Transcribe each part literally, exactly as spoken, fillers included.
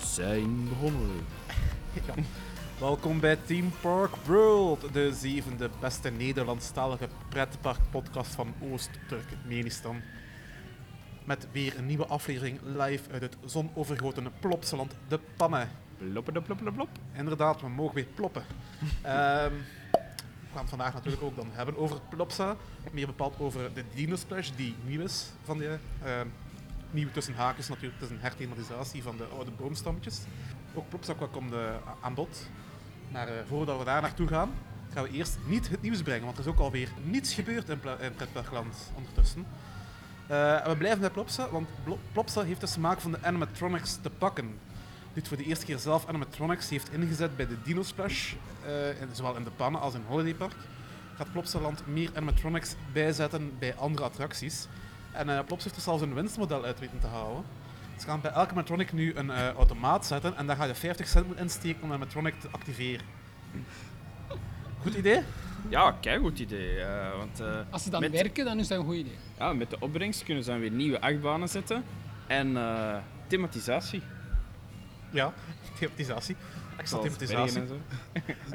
zijn begonnen. Ja. Welkom bij Theme Park World, de zevende beste Nederlandstalige pretparkpodcast van Oost-Turkmenistan. Met weer een nieuwe aflevering live uit het zonovergoten Plopsaland, de Pannen. Ploppen, plop, plop, plop. Inderdaad, we mogen weer ploppen. um, we gaan het vandaag natuurlijk ook dan hebben over Plopsa. Meer bepaald over de Dino Splash, die nieuw is van de... Uh, nieuw tussen haakjes natuurlijk, het is een herthematisatie van de oude boomstammetjes. Ook Plopsa komt uh, aan bod. Maar uh, voordat we daar naartoe gaan, gaan we eerst niet het nieuws brengen, want er is ook alweer niets gebeurd in, pla- in pretparkland ondertussen. Uh, we blijven bij Plopsa, want Blo- Plopsa heeft de smaak van de animatronics te pakken. Dit voor de eerste keer zelf animatronics heeft ingezet bij de Dino Splash, uh, in, zowel in de Pannen als in Holiday Park. Gaat Plopsaland meer animatronics bijzetten bij andere attracties. En uh, Plops heeft er zelfs een winstmodel uit weten te houden. Ze gaan bij elke animatronic nu een uh, automaat zetten en daar ga je vijftig cent moeten insteken om een animatronic te activeren. Goed idee? Ja, keigoed idee. Uh, want, uh, Als ze dan met, werken, dan is dat een goed idee. Ja, met de opbrengst kunnen ze dan weer nieuwe achtbanen zetten. En uh, thematisatie. Ja, thematisatie. Extra Zoals thematisatie. bergen en zo.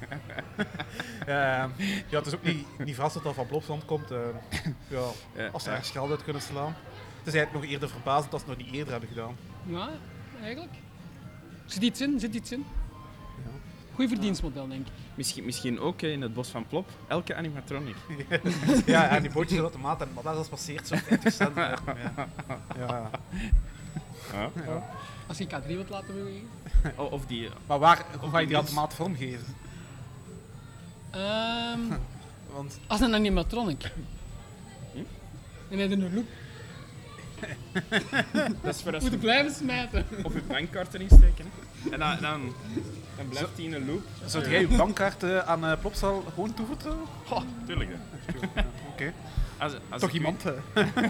uh, ja, het is ook niet, niet vast dat dat van Plopsaland komt. Uh, ja, Ja, als ze ja. ergens geld uit kunnen slaan. Het is eigenlijk nog eerder verbazend dat ze het nog niet eerder hebben gedaan. Ja, eigenlijk. Zit iets in, zit iets in. Ja. Goeie verdienstmodel, denk ik. Misschien, misschien ook uh, in het bos van Plop, elke animatronic. Ja, en die bootjes uit de automaat en wat dat is passeert zo'n vijftig cent. Ja. Ja. Ja. Ja. Als je K drie wilt laten bewegen. O, of die... Maar waar, hoe ga je die mens. automaat vormgeven? Um, Want als een animatronic. Hm? En hij heeft een loop. Dat is voor als Moet je ik blijven smijten. op je bankkaart erin steken. Hè. En dan, dan, dan blijft hij in een loop. zou jij je bankkaart uh, aan uh, Plopsal gewoon toevertrouwen? Oh, tuurlijk. Hè. Ja, Oké. Okay. Als, als Toch ik iemand? Uh.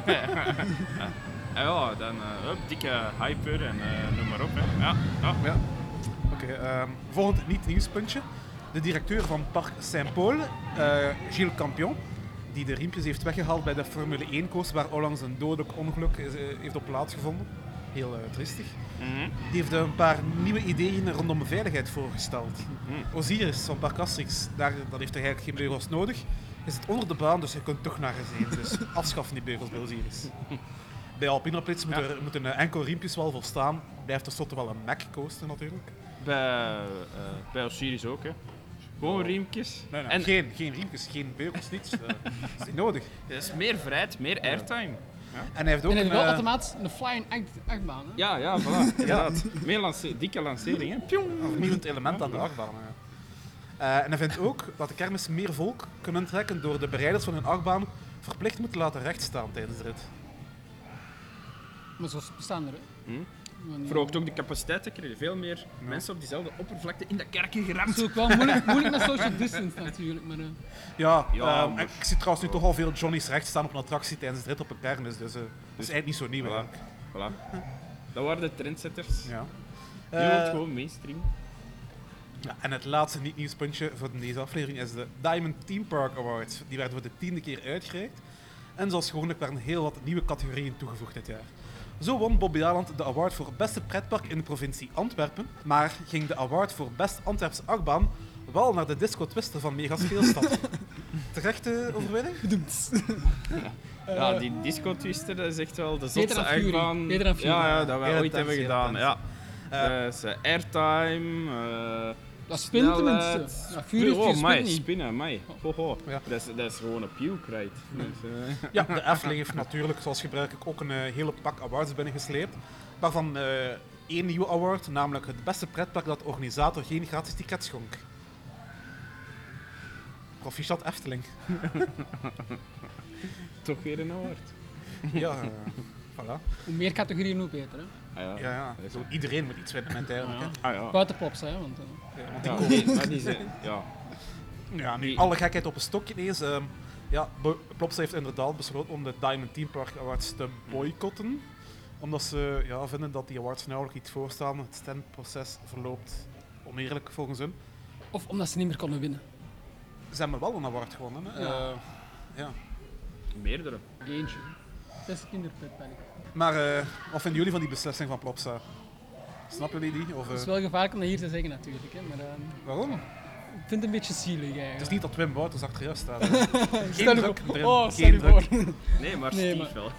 En ja, dan uh, hup, dikke hyper en uh, noem maar op. Hè. Ja, ja. Ja. Oké, okay, um, volgend niet-nieuwspuntje. De directeur van Parc Saint-Paul, uh, Gilles Campion, die de riempjes heeft weggehaald bij de Formule één koers, waar onlangs een dodelijk ongeluk is, uh, heeft op plaatsgevonden. Heel uh, triestig. Mm-hmm. Die heeft een paar nieuwe ideeën rondom veiligheid voorgesteld. Mm-hmm. Osiris van Parc Asterix, daar, dat heeft er eigenlijk geen beugels nodig. Is het onder de baan, dus je kunt toch naar gezien. Dus afschaffen die beugels bij Osiris. Bij Alpinaplits moeten, Ja. er, moeten uh, enkel riempjes wel volstaan. Blijft tenslotte wel een Mac coaster natuurlijk. Bij, uh, bij Osiris ook, hè. Gewoon riempjes. Nee, nee. En Geen, geen riempjes, geen beugels, niets. Uh, dat is niet nodig. dat is meer vrijheid, meer airtime. En hij heeft ook En hij een... heeft wel uh, automatisch een flying act, achtbaan. Hè? Ja, ja, voilà. Inderdaad. Meer lance- dikke lancering, hè. Pjong. een vernieuwend element aan de achtbaan. Uh. Uh, en hij vindt ook dat de kermis meer volk kunnen trekken door de bereiders van hun achtbaan verplicht moeten laten rechtstaan tijdens de rit. Maar zo bestaan er. Hè. Hm. Want, Verhoogt ook de capaciteit, te krijgen veel meer Ja. mensen op diezelfde oppervlakte in de kerken Het geramd. is ook wel moeilijk, moeilijk met social distance natuurlijk. Maar, uh, Ja, Ja, um, maar- ik zie trouwens nu toch al veel Johnny's recht staan op een attractie tijdens de rit op een kermis, dus uh, dat is eigenlijk niet zo nieuw. Voilà. eigenlijk. Voilà. Dat waren de trendsetters. Ja. Nu wordt het Uh, gewoon mainstream. ja, en het laatste niet-nieuwspuntje voor deze aflevering is de Diamond Theme Park Awards. Die werden voor de tiende keer uitgereikt. En zoals gewoonlijk werden heel wat nieuwe categorieën toegevoegd dit jaar. Zo won Bobby Aland de award voor beste pretpark in de provincie Antwerpen, maar ging de award voor best Antwerpse achtbaan wel naar de Disco Twister van Mega Speelstad. Terechte overwinning? Ja, die disco twister dat is echt wel de Beter zotste dan Fury. achtbaan. Beter dan Fury. Ja, ja, dat wij Heel ooit intens, hebben heel gedaan. intens. Ja. Uh, Dat is uh, airtime. Uh, dat spint snelheid. tenminste. Ja, Fury heeft oh, geen my, spin niet. spinnen, my. Ho, ho. Ja. Dat, is, dat is gewoon een puke ride. Dus, uh, Ja, de Efteling heeft natuurlijk, zoals gebruikelijk, ook een uh, hele pak awards binnengesleept. Waarvan uh, één nieuwe award, namelijk het beste pretpark dat de organisator geen gratis ticket schonk. Proficiat Efteling. toch weer een award. Ja, uh, voilà. Hoe meer categorieën, hoe beter. Hè. Ah, ja. Ja, ja. Dat is Zo, ook- iedereen moet iets winnen met eigenlijk. hè. Ah, ja. Buiten Plops, hè. Want, uh, Ja, want die Ja, komen- nee, maar die zijn, ja. Ja, nu Die- alle gekheid op een stokje ineens. Um, ja, Bo- Plops heeft inderdaad besloten om de Diamond Theme Park Awards te boycotten. Omdat ze ja, vinden dat die awards nauwelijks iets voorstaan. Het stemproces verloopt oneerlijk volgens hun. of omdat ze niet meer konden winnen. Ze hebben wel een award gewonnen. Hè. Ja. Uh, ja. Meerdere. Eentje. Beste kinderpretpark. Maar uh, wat vinden jullie van die beslissing van Plopsa? Snappen jullie die? Of, Het is uh, wel gevaarlijk om dat hier te zeggen natuurlijk, hè, maar uh, waarom? ik vind het een beetje zielig eigenlijk. Het is niet dat Wim Wouters achter jou staat. Stel je druk voor. erin, Oh, geen stel je druk. voor. Nee, maar Nee, Steve wel.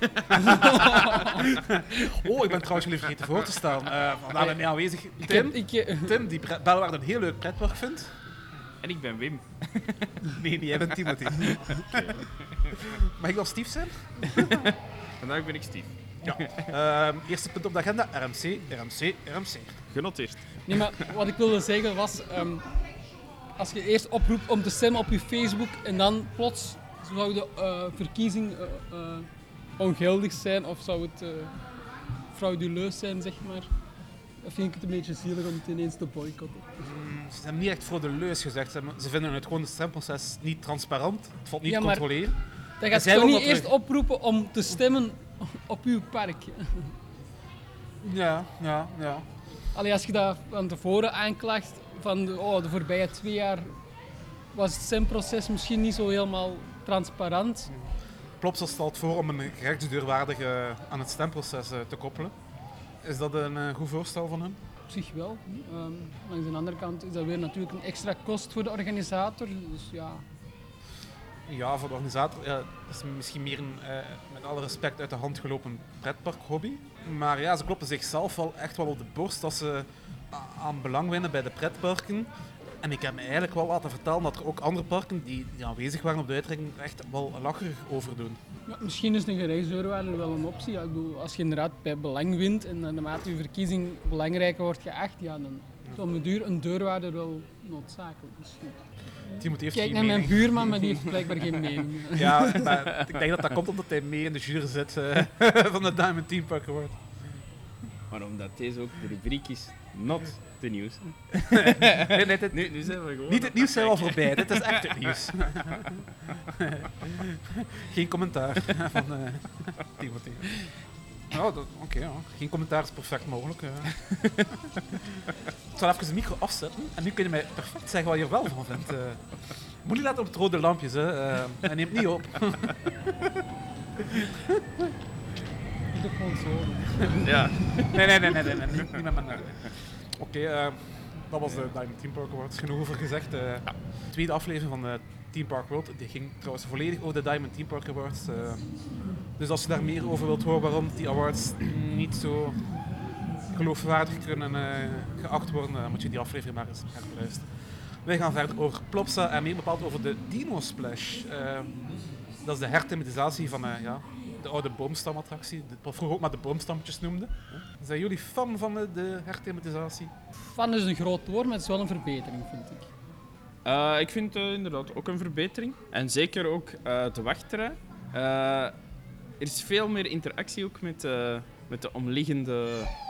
Oh, ik ben trouwens jullie vergeten voor te stellen. Uh, vandaag ben ik aanwezig. Ik Tim, heb, ik, eh, Tim die Bre- Bellewaarde een heel leuk pretpark vindt. En ik ben Wim. Nee, nee, jij bent Timothy. Mag ik wel Steve zijn? Vandaag ben ik Steve. Ja. Uh, eerste punt op de agenda, R M C, R M C, R M C. Genoteerd. nee, maar wat ik wilde zeggen was, um, als je eerst oproept om te stemmen op je Facebook en dan plots zou de uh, verkiezing uh, uh, ongeldig zijn of zou het uh, frauduleus zijn, zeg maar. Dan vind ik het een beetje zielig om het ineens te boycotten. Mm, ze hebben niet echt voor de leus gezegd. Ze, hebben, ze vinden het gewoon het stemproces niet transparant. Het valt niet Ja, te maar- controleren. Dan gaat zij je toch wil niet dat eerst we- oproepen om te stemmen op uw park. Ja, ja, ja. Allee, als je dat van tevoren aanklaagt, van de, oh, de voorbije twee jaar was het stemproces misschien niet zo helemaal transparant. Plopsa stelt voor om een gerechtsdeurwaardige aan het stemproces uh, te koppelen. Is dat een uh, goed voorstel van hem? Op zich wel. Um, langs de andere kant is dat weer natuurlijk een extra kost voor de organisator. Dus ja, Ja, voor de organisator ja, dat is misschien meer een, uh, met alle respect, uit de hand gelopen pretparkhobby. Maar ja, ze kloppen zichzelf wel echt wel op de borst als ze a- aan belang winnen bij de pretparken. En ik heb me eigenlijk wel laten vertellen dat er ook andere parken die, die aanwezig waren op de uitreiking echt wel lacherig over doen. ja, misschien is een gerechtsdeurwaarder wel een optie. Ja, ik bedoel, als je inderdaad bij belang wint en naarmate je verkiezing belangrijker wordt geacht, ja, dan is op een duur een deurwaarder wel noodzakelijk. Misschien. Timothy heeft Kijk geen naar mijn mening. buurman, maar die heeft blijkbaar geen mening. Ja, maar ik denk dat dat komt omdat hij mee in de jury zit uh, van de Diamond Theme Park Award. Maar omdat deze ook de rubriek is, not the news. Nee, nee, dit, Nu, nu zijn we gewoon... niet het nieuws zijn al voorbij, dit is echt het nieuws. Geen commentaar van uh, Timothy. Oh, dat- oké, ja. Geen commentaar is perfect mogelijk. Uh. Ik zal even de micro afzetten en nu kun je mij perfect zeggen wat je er wel van vindt. Uh, moet niet letten op het rode lampjes, hè. Uh, en neem het niet op. Ik doe gewoon zo. doen. Ja. Nee, nee, nee, nee, nee, nee, niet, niet met mijn... Oké, okay, uh, dat was de Diamond Theme Park Awards. Genoeg over gezegd. Uh, de tweede aflevering van de Theme Park World, die ging trouwens volledig over de Diamond Theme Park Awards. Uh, dus als je daar meer over wilt horen waarom die awards niet zo geloofwaardig kunnen uh, geacht worden, uh, moet je die aflevering maar eens herbeluisteren. Wij gaan verder over Plopsa en meer bepaald over de Dino Splash. Uh, dat is de herthematisatie van uh, ja, de oude boomstamattractie, de- wat vroeger ook maar de boomstammetjes noemden. Zijn jullie fan van de, de herthematisatie? Fan is een groot woord, maar het is wel een verbetering, vind ik. Uh, ik vind uh, inderdaad ook een verbetering. En zeker ook uh, de wachtrij. Uh, er is veel meer interactie ook met, uh, met de omliggende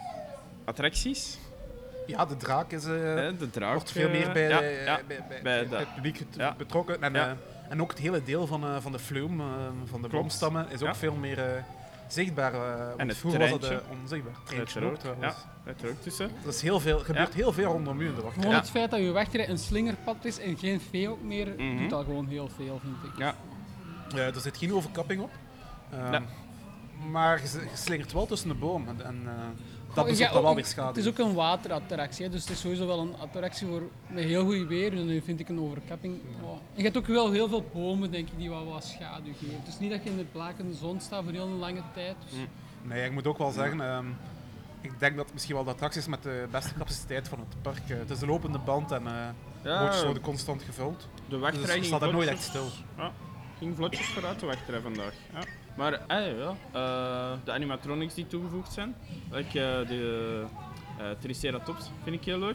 attracties. Ja, de draak is, uh, Hè, de draak. wordt veel meer uh, bij, ja, de- ja. bij, bij, bij bij de- het publiek het- ja. betrokken. En, Ja. uh, en ook het hele deel van, uh, van de flume, uh, van de Klopt. boomstammen, is ook Ja. veel meer uh, zichtbaar. Uh, want En het vroeger was dat treintje. uh, onzichtbaar. Het treintje ook Uiteraard. Ja, trouwens. uiteraard tussen. Er is heel veel, gebeurt Ja. heel veel rondom u in de wachtrij. Gewoon Ja. het feit dat je wachtrij een slingerpad is en geen vee ook meer, Mhm. doet al gewoon heel veel, vind ik. Ja. Uh, er zit geen overkapping op. Uh, Ja. Maar je, je slingert wel tussen de bomen. En, en, uh, dat Goh, bezorgt ja, dan wel ook- weer schade. Het is ook een waterattractie, hè, dus het is sowieso wel een attractie voor, met heel goed weer. En dan vind ik een overkapping. Oh. En je hebt ook wel heel veel bomen, denk ik, die wat, wat schaduw geven. Het is niet dat je in de blakende zon staat voor heel een lange tijd. Dus. Mm. Nee, ik moet ook wel zeggen, um, ik denk dat het misschien wel de attractie is met de beste capaciteit van het park. Uh, het is een lopende band en uh, Ja, bootjes worden constant gevuld. de wachtrij Dus je ging staat er nooit vlotjes- echt stil. Ja, ging vlotjes vooruit de wachtrij vandaag. Ja. Maar ah, ja, uh, de animatronics die toegevoegd zijn, like, uh, de uh, Triceratops vind ik heel leuk.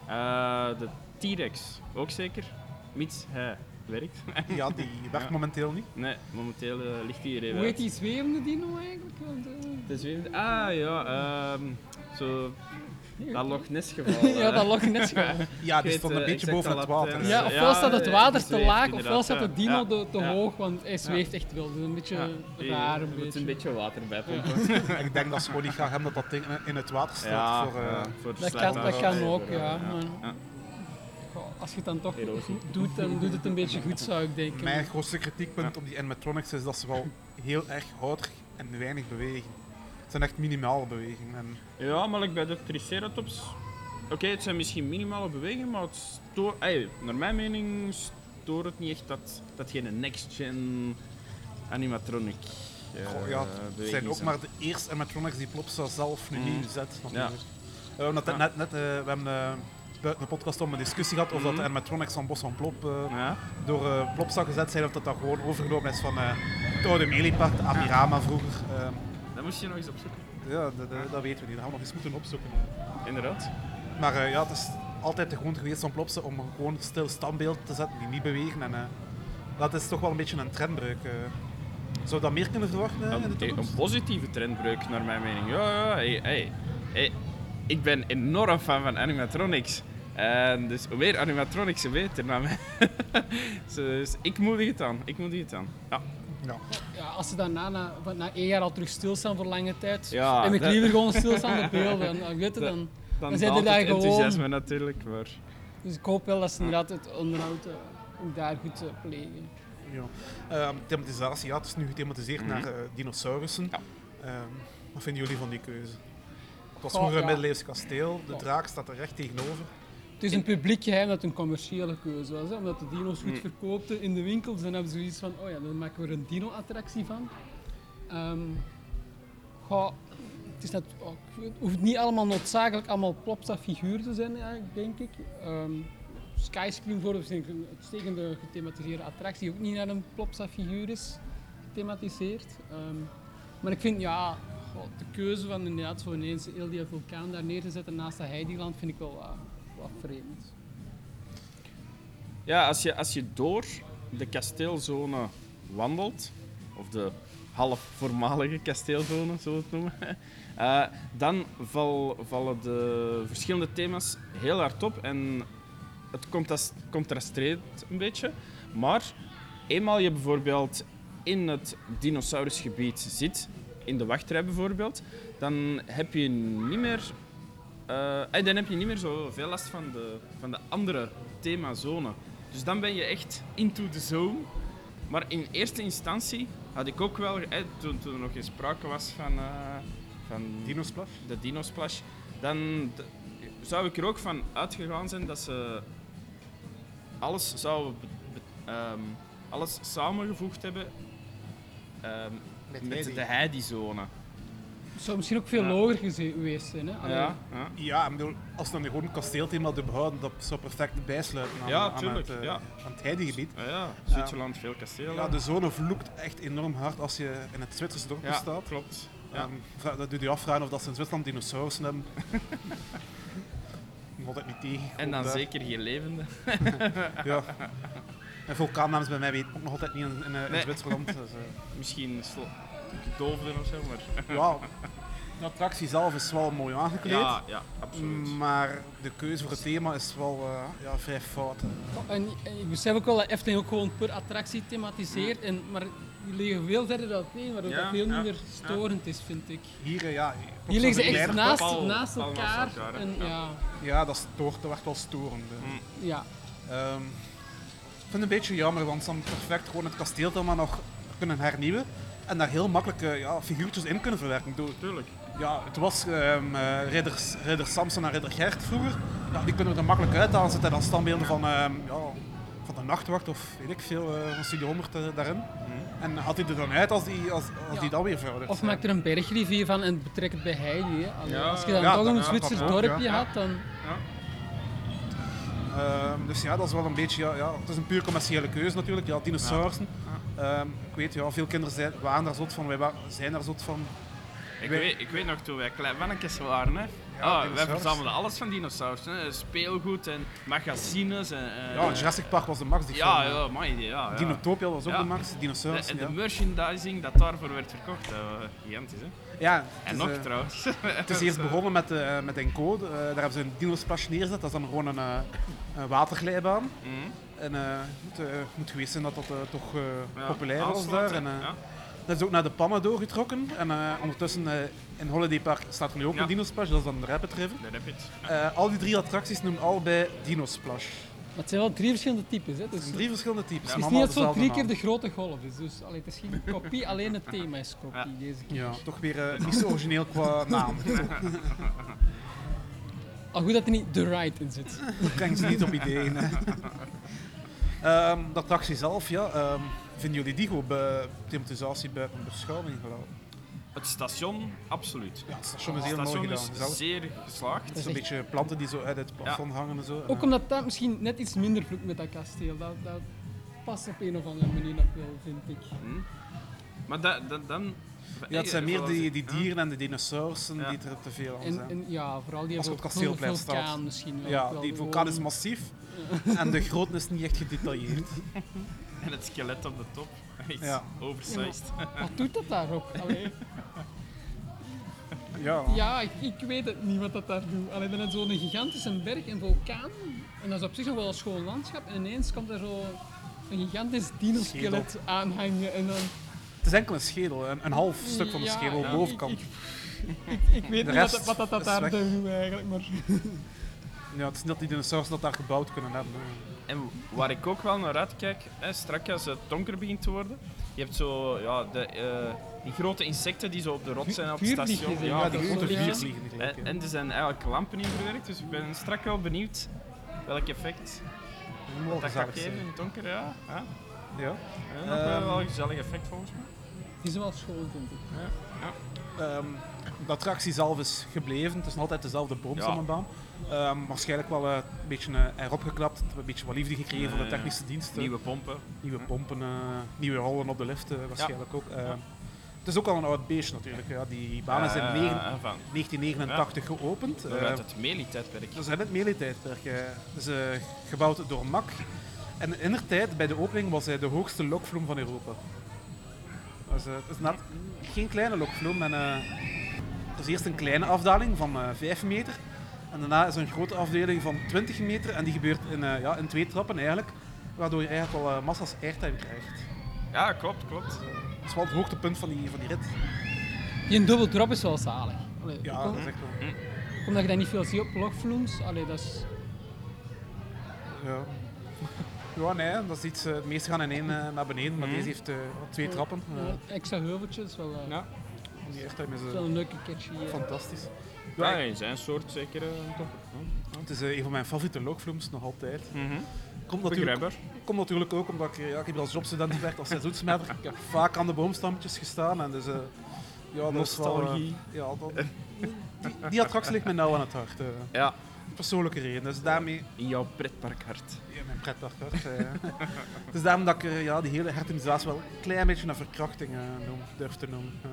Uh, de T-Rex ook zeker, mits hij werkt. Ja, die werkt Ja. momenteel niet. Nee, momenteel uh, ligt hij er even Hoe heet uit. die zwevende dino eigenlijk? Want, eh, De zwevende- Ah ja, ehm, zo dat Loch Ness geval. ja, dat lag net gewoon. Ja, die weet, stond een eh, beetje exact boven het al water. laten- Ja, Ja, ofwel staat het die water te zweeft laag, ofwel inderdaad, staat de ja. dino Ja. te, te Ja. hoog, want hij zweeft echt wel. Dus een beetje raar, een Je moet beetje. een beetje water bij Ja. pompen. Ik denk dat ze gewoon niet graag hebben dat dat ding in het water staat. Ja, voor, uh, ja, voor Dat slijm- kan, dat kan voor, ook, eh, ja. Maar, ja. goh, als je het dan toch Erosie. goed doet, dan doet het een beetje goed, zou ik denken. Mijn grootste kritiekpunt op die animatronics is dat ze wel heel erg houterig en weinig bewegen. Het zijn echt minimale bewegingen. En Ja, maar like bij de Triceratops... Oké, het zijn misschien minimale bewegingen, maar het stoort... Ey, naar mijn mening stoort het niet echt dat dat geen next-gen animatronic uh, goh, ja, het zijn ook maar de eerste animatronics die Plopsa zelf nu Mm. niet zet. Natuurlijk. Ja. We hebben, dat Ja. net, net, uh, we hebben uh, buiten de podcast om een discussie gehad of dat de Mhm. animatronics van Bos van Plop uh, Ja. door uh, Plopsa gezet zijn of dat dat gewoon overgenomen is van uh, het oude Melipart, de Amirama vroeger. Uh, Dat moest je nog eens opzoeken. ja, dat, dat, dat weten we niet. Dat gaan we nog eens moeten opzoeken. Inderdaad. Maar uh, ja, het is altijd de gewoonte geweest van Plopsa om gewoon stil standbeelden te zetten die niet bewegen. En, uh, dat is toch wel een beetje een trendbreuk. Uh. Zou je dat meer kunnen verwachten uh, in de Een, toekomst? een positieve trendbreuk, naar mijn mening. Ja, ja, hey, hey, hey. Ik ben enorm fan van animatronics. En dus hoe meer animatronics, hoe beter naar mij. Dus ik moedig het aan. Ik moedig het aan. Ja. Ja. Ja, als ze dan na, na, na één jaar al terug stilstaan voor lange tijd, Ja, heb ik dat- liever gewoon stilstaande beelden. En, weet je, Dat- dan, Dan Dan zijn er daalt daar het gewoon- enthousiasme natuurlijk, maar... dus ik hoop wel dat ze inderdaad het onderhoud uh, ook daar goed uh, plegen. Ja. Ehm, thematisatie, ja, het is nu gethematiseerd Mhm. naar uh, dinosaurussen. Ja. Ehm, wat vinden jullie van die keuze? Het was Goh, vroeger een ja. middeleeuws kasteel, de Goh. draak staat er recht tegenover. Het is een publiek geheim dat het een commerciële keuze was, hè, omdat de dino's goed Mm. verkoopten in de winkels. Dan hebben ze zoiets van, oh ja, dan maken we er een dino-attractie van. Ehm goh, het is net, oh, het hoeft niet allemaal noodzakelijk allemaal Plopsa-figuren te zijn, eigenlijk, denk ik. Ehm Skyscream bijvoorbeeld is een uitstekende gethematiseerde attractie, die ook niet naar een Plopsa-figuur is gethematiseerd. Ehm, maar ik vind, ja, goh, de keuze van inderdaad zo ineens heel die vulkaan daar neer te zetten naast dat Heideland vind ik wel wat, wat vreemd. Ja, als je, als je door de kasteelzone wandelt, of de half voormalige kasteelzone, zullen we het noemen, uh, dan val, vallen de verschillende thema's heel hard op en het contrast- contrasteert een beetje. Maar eenmaal je bijvoorbeeld in het dinosaurusgebied zit, in de wachtrij bijvoorbeeld, dan heb je niet meer, uh, eh, dan heb je niet meer zo veel last van de, van de andere themazone. Dus dan ben je echt into the zone. Maar in eerste instantie had ik ook wel, eh, toen, toen er nog geen sprake was van, uh, van Dinosplash? de Dinosplash, dan d- zou ik er ook van uitgegaan zijn dat ze alles zouden be- be- ehm, alles samengevoegd hebben ehm, Met met Heidi. de Heidi-zone. Het zou misschien ook veel Ja. loger geze- geweest zijn. Hè? Allee, Ja, ja. Ja, ik bedoel, als ze dan gewoon een kasteelthema hadden behouden, dat zou perfect bijsluiten aan, Ja, aan tuurlijk, het, uh, ja. aan het Heidegebied. Ja, ja, Zwitserland, veel kastelen. Ja, de zone vloekt echt enorm hard als je in het Zwitserse dorp Ja, staat. klopt. Ja. Ehm, vra- dat doet je afvragen of dat ze in Zwitserland dinosaurussen hebben. Nog altijd niet tegen. En dan zeker geen levende. Ja. En vulkaannames bij mij weten ook nog altijd niet in, in, eh, in Nee. Zwitserland. Dus, eh, Misschien sl- gedoofden of zo, maar... ja, de attractie zelf is wel mooi aangekleed. Ja, ja, absoluut. Maar de keuze voor het thema is wel uh, ja, vrij fout. En, en ik besef ook wel dat Efteling ook gewoon per attractie thematiseert. En, maar die liggen veel verder uiteen, waardoor Ja, dat veel ja, minder storend is, vind ik. Hier, uh, ja, Hier liggen ze echt kleiner- naast, pal- naast pal naast elkaar. elkaar, hè. En, Ja. ja. Ja, dat stoort, dat werd wel storend. hè. Mm. Ja. Ehm, ik vind het een beetje jammer, want ze hadden perfect gewoon het kasteelthema nog kunnen hernieuwen. En daar heel makkelijk uh, ja, figuurtjes in kunnen verwerken. Ik bedoel, Tuurlijk. ja, het was um, uh, ridder, ridder Samson en ridder Gert vroeger. Ja, die kunnen we er makkelijk uit halen. Zitten dan standbeelden van, um, ja, van de nachtwacht of weet ik veel, uh, van Studio honderd uh, daarin. Mm. En haalt hij er dan uit als die, als, als Ja. die dan weer verouderd Of zijn. maak er een bergrivier van en betrek het bij Heidi. Hè. Allee, Ja, als je dan ja, toch dat- een ja, Zwitsers dat ook, dorpje ja. had, dan... Ja. Ehm, dus ja, dat is wel een beetje, ja, ja, het is een puur commerciële keuze natuurlijk, ja, dinosaurussen. Ehm, ik weet, ja, veel kinderen zijn, waren daar zot van, wij wa- zijn daar zot van. Ik, Wij- weet, ik weet nog toen wij klein mannetjes waren, hè. Ja, Ah, wij dinosaurus. verzamelden alles van dinosaurus, hè. Speelgoed en magazines. En, eh, Ja, Jurassic Park was de max. Die ja, film, ja, mooi idee. Ja, ja. Dinotopia was ook Ja. de max, De, dinosaurussen. en de Ja, merchandising dat daarvoor werd verkocht, uh, gigantisch, hè. ja het En is, nog eh, trouwens. Het is eerst begonnen met, uh, met Encode, uh, daar hebben ze een Dinosplash neergezet, dat is dan gewoon een, uh, een waterglijbaan. Mhm. En uh, het uh, moet geweest zijn dat dat uh, toch uh, Ja, populair was aansluiten, daar. En, uh, ja. dat is ook naar de pannen doorgetrokken. En uh, ondertussen uh, in Holiday Park staat er nu ook Ja. een Dinosplash, dat is dan de Rapid River. De Rapid. Uh, al die drie attracties noemen allebei Dinosplash. Maar het zijn wel drie verschillende types. Hè? Dus Het zijn drie verschillende types. het maar is niet dat allemaal zo drie dezelfde keer de grote golf is. Dus allee, het is geen kopie, alleen het thema is kopie Ja. deze keer. naam. Ja, toch weer eh, niet zo origineel qua naam. Al goed dat er niet The Ride in zit. Dat brengt ze niet op ideeën. Hè. Ehm, de attractie zelf, ja. ehm, vinden jullie die goed bij thematisatie buiten beschouwing gelaten? Het station, absoluut. Ja, het station is Het heel mooi station gedaan. is Zelf, zeer geslaagd. het is een beetje planten die zo uit het plafond hangen en zo. Ook omdat dat misschien net iets minder vloekt met dat kasteel. Dat, dat past op een of andere manier nog wel, vind ik. Hm. Maar da, da, dan... Ja, het zijn meer Zoals die, ik- die dieren en de dinosaurussen Ja. die er te veel aan En, zijn. en ja, vooral die Als hebben het kasteel vul- blijft staan. vulkaan misschien wel. Ja, wel die vulkaan gewoon- is massief en de grootte is niet echt gedetailleerd. En het skelet op de top. Iets Ja. oversized. Wat doet dat daar ook? Allee. Ja. Ja, ik, ik weet het niet wat dat daar doet. Alleen dan is zo'n gigantische berg, een vulkaan. En dat is op zich nog wel een schoon landschap. En ineens komt er zo een gigantisch dinoskelet aanhangen. En dan, Het is enkel een schedel, een, een half stuk van de Ja, schedel, ja, bovenkant. Ik, ik, ik, ik weet De niet wat, rest wat dat, dat is daar weg. doet eigenlijk. Maar Ja, het is niet dat die dinosaurussen dat daar gebouwd kunnen hebben. hè. En waar ik ook wel naar uitkijk, hè, straks als het donker begint te worden, je hebt zo ja, de, eh, die grote insecten die zo op de rots zijn op het Vuurvliegjes, station. hè? Ja, dat die is grote zo, ja. viervliegen. die En, gelijk, ja. en er zijn eigenlijk lampen in verwerkt, dus ik ben straks wel benieuwd welk effect Die mogen dat gaat gezellig geven in zijn. het donker. Ja, ja. Ja. En nog Ehm. wel een gezellig effect volgens mij. die is wel schoon, vind ik. Ja. Ehm, de attractie zelf is gebleven. Het is nog altijd dezelfde boomstammenbaan. Ehm, waarschijnlijk wel eh, een beetje eh, erop geklapt. Een beetje wat liefde gekregen voor de Nee. technische diensten. Nieuwe pompen. Nieuwe pompen, eh, nieuwe rollen op de lift eh, waarschijnlijk ook. Ehm, Het is ook al een oud beestje natuurlijk. Ja. Die banen zijn Eh, negen- eh, van, negentien negenentachtig geopend. uit Eh, het Meli-tijdperk. Dat is in het Meli-tijdperk. eh. Het is eh, gebouwd door M A C. En in der tijd, bij de opening, was hij de hoogste lokvloem van Europa. Dus, eh, het is net geen kleine lokvloem. En, eh, er is eerst een kleine afdaling van eh, vijf meter. En daarna is er een grote afdeling van twintig meter. En die gebeurt in, eh, ja, in twee trappen eigenlijk. Waardoor je eigenlijk al eh, massa's airtime krijgt. Ja, klopt, klopt. Dat is wel het hoogtepunt van die, van die rit. Die een dubbel drop is wel zalig. Allee, Ja, ook dat al- is echt wel. omdat je dat niet veel ziet op logvloems. Allee, dat is... Ja. Ja, nee, dat is iets. eh, de meeste gaan in één eh, naar beneden, maar Mhm. deze heeft eh, twee trappen. Eh, Ja, extra heuveltjes, wel, eh, Ja. Die airtime is is eh, wel een leuke catchy. eh. fantastisch. Ja, in zijn soort zeker. eh, top. Het is eh, een van mijn favoriete logvloems, nog altijd. Mhm. Komt natuurlijk, Begrijpbaar. komt natuurlijk ook omdat ik, eh, ja, ik heb als jobstudent gewerkt als seizoensmetter. Ik heb vaak aan de boomstammetjes gestaan. En dus, eh, ja, dat is wel, eh, Nostalgie. ja, dat, die, die attractie ligt mij nauw aan het hart. eh. Ja, Persoonlijke reden. Dus daarmee... in jouw pretparkhart. Ja, mijn pretparkhart. eh. Dus daarom dat ik eh, ja, die hele hertimisatie wel een klein beetje een verkrachting eh, noem, durf te noemen. Ja.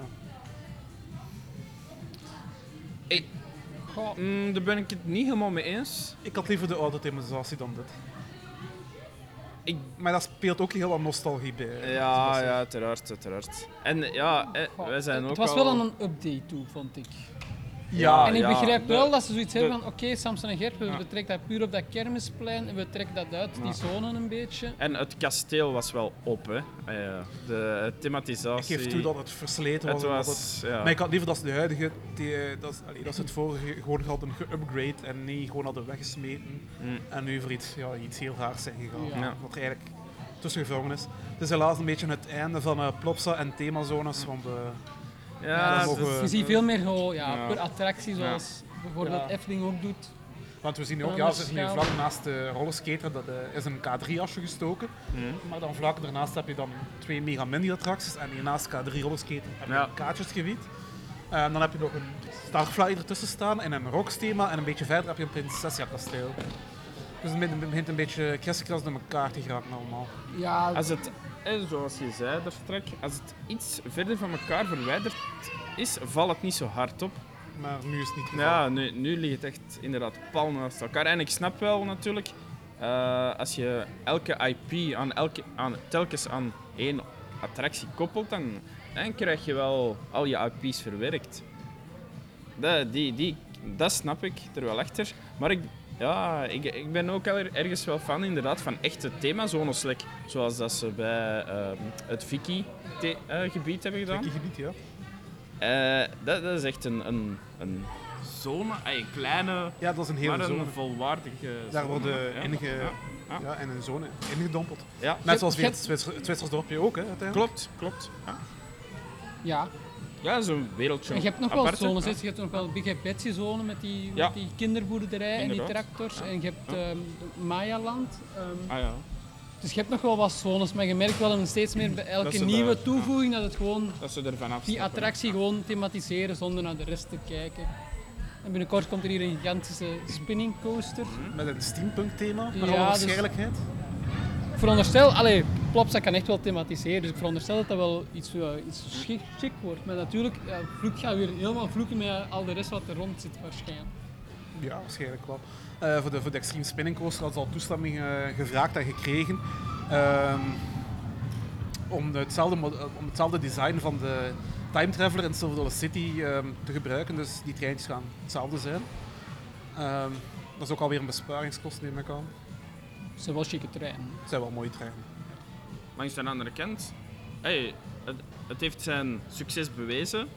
Goh, Mm, daar ben ik het niet helemaal mee eens. Ik had liever de oude thematisatie dan dit. Ik, Maar dat speelt ook heel wat nostalgie bij. eh, ja, Sebastian. ja, uiteraard, uiteraard. En ja, eh, goh, wij zijn ook het was al... wel aan een update toe, vond ik. Ja, en ik ja, begrijp de- wel dat ze zoiets hebben de- van, oké, Samson en Gert, we Ja. betrekken dat puur op dat kermisplein en we trekken dat uit, die Ja. zone een beetje. En het kasteel was wel op, hè. Eh, de Ik thematisatie... geef toe dat het versleten was. Het en dat was... het- Ja. Maar ik had liever dat ze de huidige, die, eh, dat, ze- allee, dat ze het vorige gewoon hadden geupgrade en niet gewoon hadden weggesmeten. Mm. En nu voor iets, ja, iets heel raars zijn gegaan. Ja. Ja. Wat er eigenlijk tussen gevangen is. Het is helaas een beetje het einde van uh, Plopsa en themazones. Want, eh, Ja, Ja, dat dus- mogen we- Je ziet veel meer gewoon, ja, Ja. per attractie, zoals bijvoorbeeld Ja. Efteling ook doet. want we zien ook, Ja, ja, dat ze is zitten nu schaal. vlak naast de rollerskater, dat eh, is een K drie asje gestoken. Mm. Maar dan vlak daarnaast heb je dan twee mega mini attracties en hiernaast K drie rollerskater heb je Ja. een kaartjesgebied. En dan heb je nog een Starfly ertussen staan en een Rocksthema en een beetje verder heb je een Prinsessia kasteel. Dus het begint een beetje kriskras door elkaar te geraken allemaal. Ja, Als het, eh, zoals je zei daar straks, als het iets verder van elkaar verwijderd is, valt het niet zo hard op. Maar nu is het niet het geval. Ja, nu, nu ligt het echt inderdaad pal naast elkaar. En ik snap wel natuurlijk, eh, als je elke I P aan elke, aan, telkens aan één attractie koppelt, dan, dan krijg je wel al je I P's verwerkt. Dat, die, die, dat snap ik er wel achter. Maar ik, ja, ik, ik ben ook er, ergens wel fan inderdaad, van echte themazones, like, zoals dat ze bij ehm, het Viki-gebied hebben gedaan. Gebied, gebied, ja. Eh, dat, dat is echt een, een, een zone, ay, een kleine, Ja, dat is een hele maar zone. een volwaardige Daar zone. worden Ja, enige ja. Ja, Ja, en in een zone ingedompeld. ja. Net zoals je weer hebt- het Zwitser, het Zwitsers dorpje ook, hè, uiteindelijk. Klopt, klopt. Ja, Ja, ja zo'n wereldje. en je hebt nog wel apart, hè. zones. Ja. hè. Je hebt nog wel Big Betsy zone met die, Ja. met die kinderboerderij en die Inderdaad. tractors. Ja. En je hebt Ja. ehm Maya-land. ehm, Ah ja, dus je hebt nog wel wat zones, maar je merkt wel en steeds meer bij Dat elke ze nieuwe daar- toevoeging dat het gewoon dat ze er vanaf die stappen. attractie gewoon thematiseren zonder naar de rest te kijken. En binnenkort komt er hier een gigantische spinning coaster. Met een steampunk thema, naar Ja, alle dus- waarschijnlijkheid. Ik veronderstel, allee, Plopsa kan echt wel thematiseren, dus ik veronderstel dat dat wel iets, uh, iets chic, chic wordt. Maar natuurlijk, ja, vloek gaat weer helemaal vloeken met al de rest wat er rond zit waarschijnlijk. Ja, waarschijnlijk wel. Eh, voor, de, voor de Extreme Spinning Coaster hadden ze al toestemming eh, gevraagd en gekregen. Ehm, om, hetzelfde, mo- om hetzelfde design van de Time Traveler in Silver City ehm, te gebruiken. Dus die treintjes gaan hetzelfde zijn. Ehm, dat is ook alweer een besparingskost, neem ik aan. Het zijn wel chique treinen. Het zijn wel mooie treinen. Langs de andere kant, hey, het, het heeft zijn succes bewezen.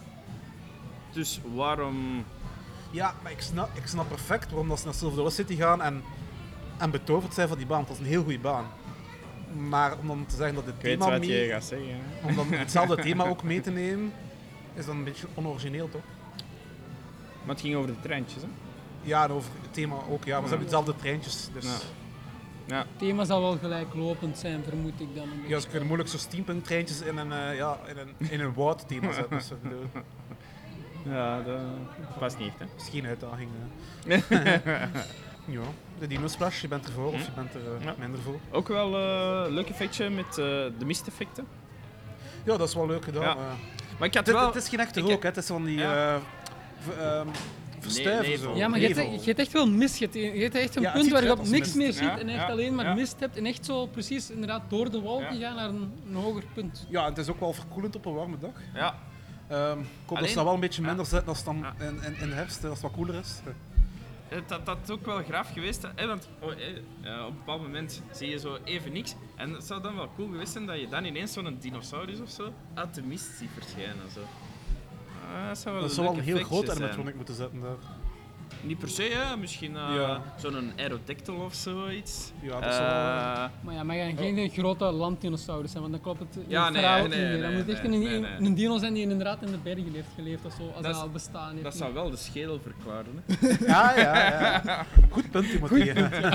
Dus waarom... Ja, maar ik snap, ik snap perfect waarom dat ze naar Silver City gaan en, en betoverd zijn van die baan. Want dat is een heel goede baan. Maar om dan te zeggen dat het Ik weet thema wat mee... je gaat zeggen. hè. Om dan hetzelfde thema ook mee te nemen, is dan een beetje onorigineel, toch? Maar het ging over de treintjes, hè? Ja, en over het thema ook, ja. Maar ze hebben dezelfde treintjes, dus... Ja. Ja. Het thema zal wel gelijklopend zijn, vermoed ik dan. Een Ja, beetje. ze kunnen moeilijk zo steampunk treintjes in een, eh, ja, in een, in een woudthema zetten. Dus ik bedoel, Ja, dat past niet echt, hè? dat is geen uitdaging. eh. Ja, de Dino Splash, je bent ervoor of je bent er eh, Ja. minder voor. Ook wel een uh, leuk effectje met uh, de misteffecten. Ja, dat is wel leuk gedaan. Ja. eh. Maar ik had Het, wel... het is geen echte ik rook, heb- hè. Het is van die Ja. eh, v- ehm, verstuiven Nee, zo. nevel. Ja, maar je hebt, Nevel. je hebt echt wel mist. Je hebt, je hebt echt een Ja, het punt ziet waar je eruit op als niks mist. meer ziet Ja, en echt ja, alleen maar ja. mist hebt. En echt zo precies inderdaad door de wolken Ja. gaan naar een, een hoger punt. Ja, en het is ook wel verkoelend op een warme dag. Ja, Ehm ik hoop dat Alleen- ze dat wel een beetje Ja. minder zetten als dan Ja. in, in, in herfst, als het wat koeler is. het had, dat had ook wel graaf geweest. Hè? Want oh, eh, eh, op een bepaald moment zie je zo even niks. En het zou dan wel cool geweest zijn dat je dan ineens zo'n dinosaurus of zo uit de mist ziet verschijnen. Zo. Ah, dat zou wel Dat een zou wel leuk een heel effectje groot zijn. animatronic moeten zetten daar. Niet per se, hè? Misschien uh, Ja. zo'n aerodactyl of zoiets. Ja, dat zou wel, Eh, Maar ja, maar gaan geen grote landdinosaurus zijn, want dan klopt het in Ja, het nee, verhaal ook nee, niet meer. nee, Dan moet echt nee, een, nee, nee. een dino zijn die inderdaad in de bergen heeft geleefd of zo, als Dat dat is- al bestaan heeft. dat zou wel de schedel verklaren. Hè? Ja, ja, ja. Goed punt, Timothy.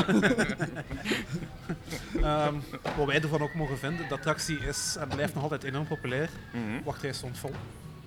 Ehm, wat wij ervan ook mogen vinden, de attractie is en blijft nog altijd enorm populair. Wachtrij stond vol.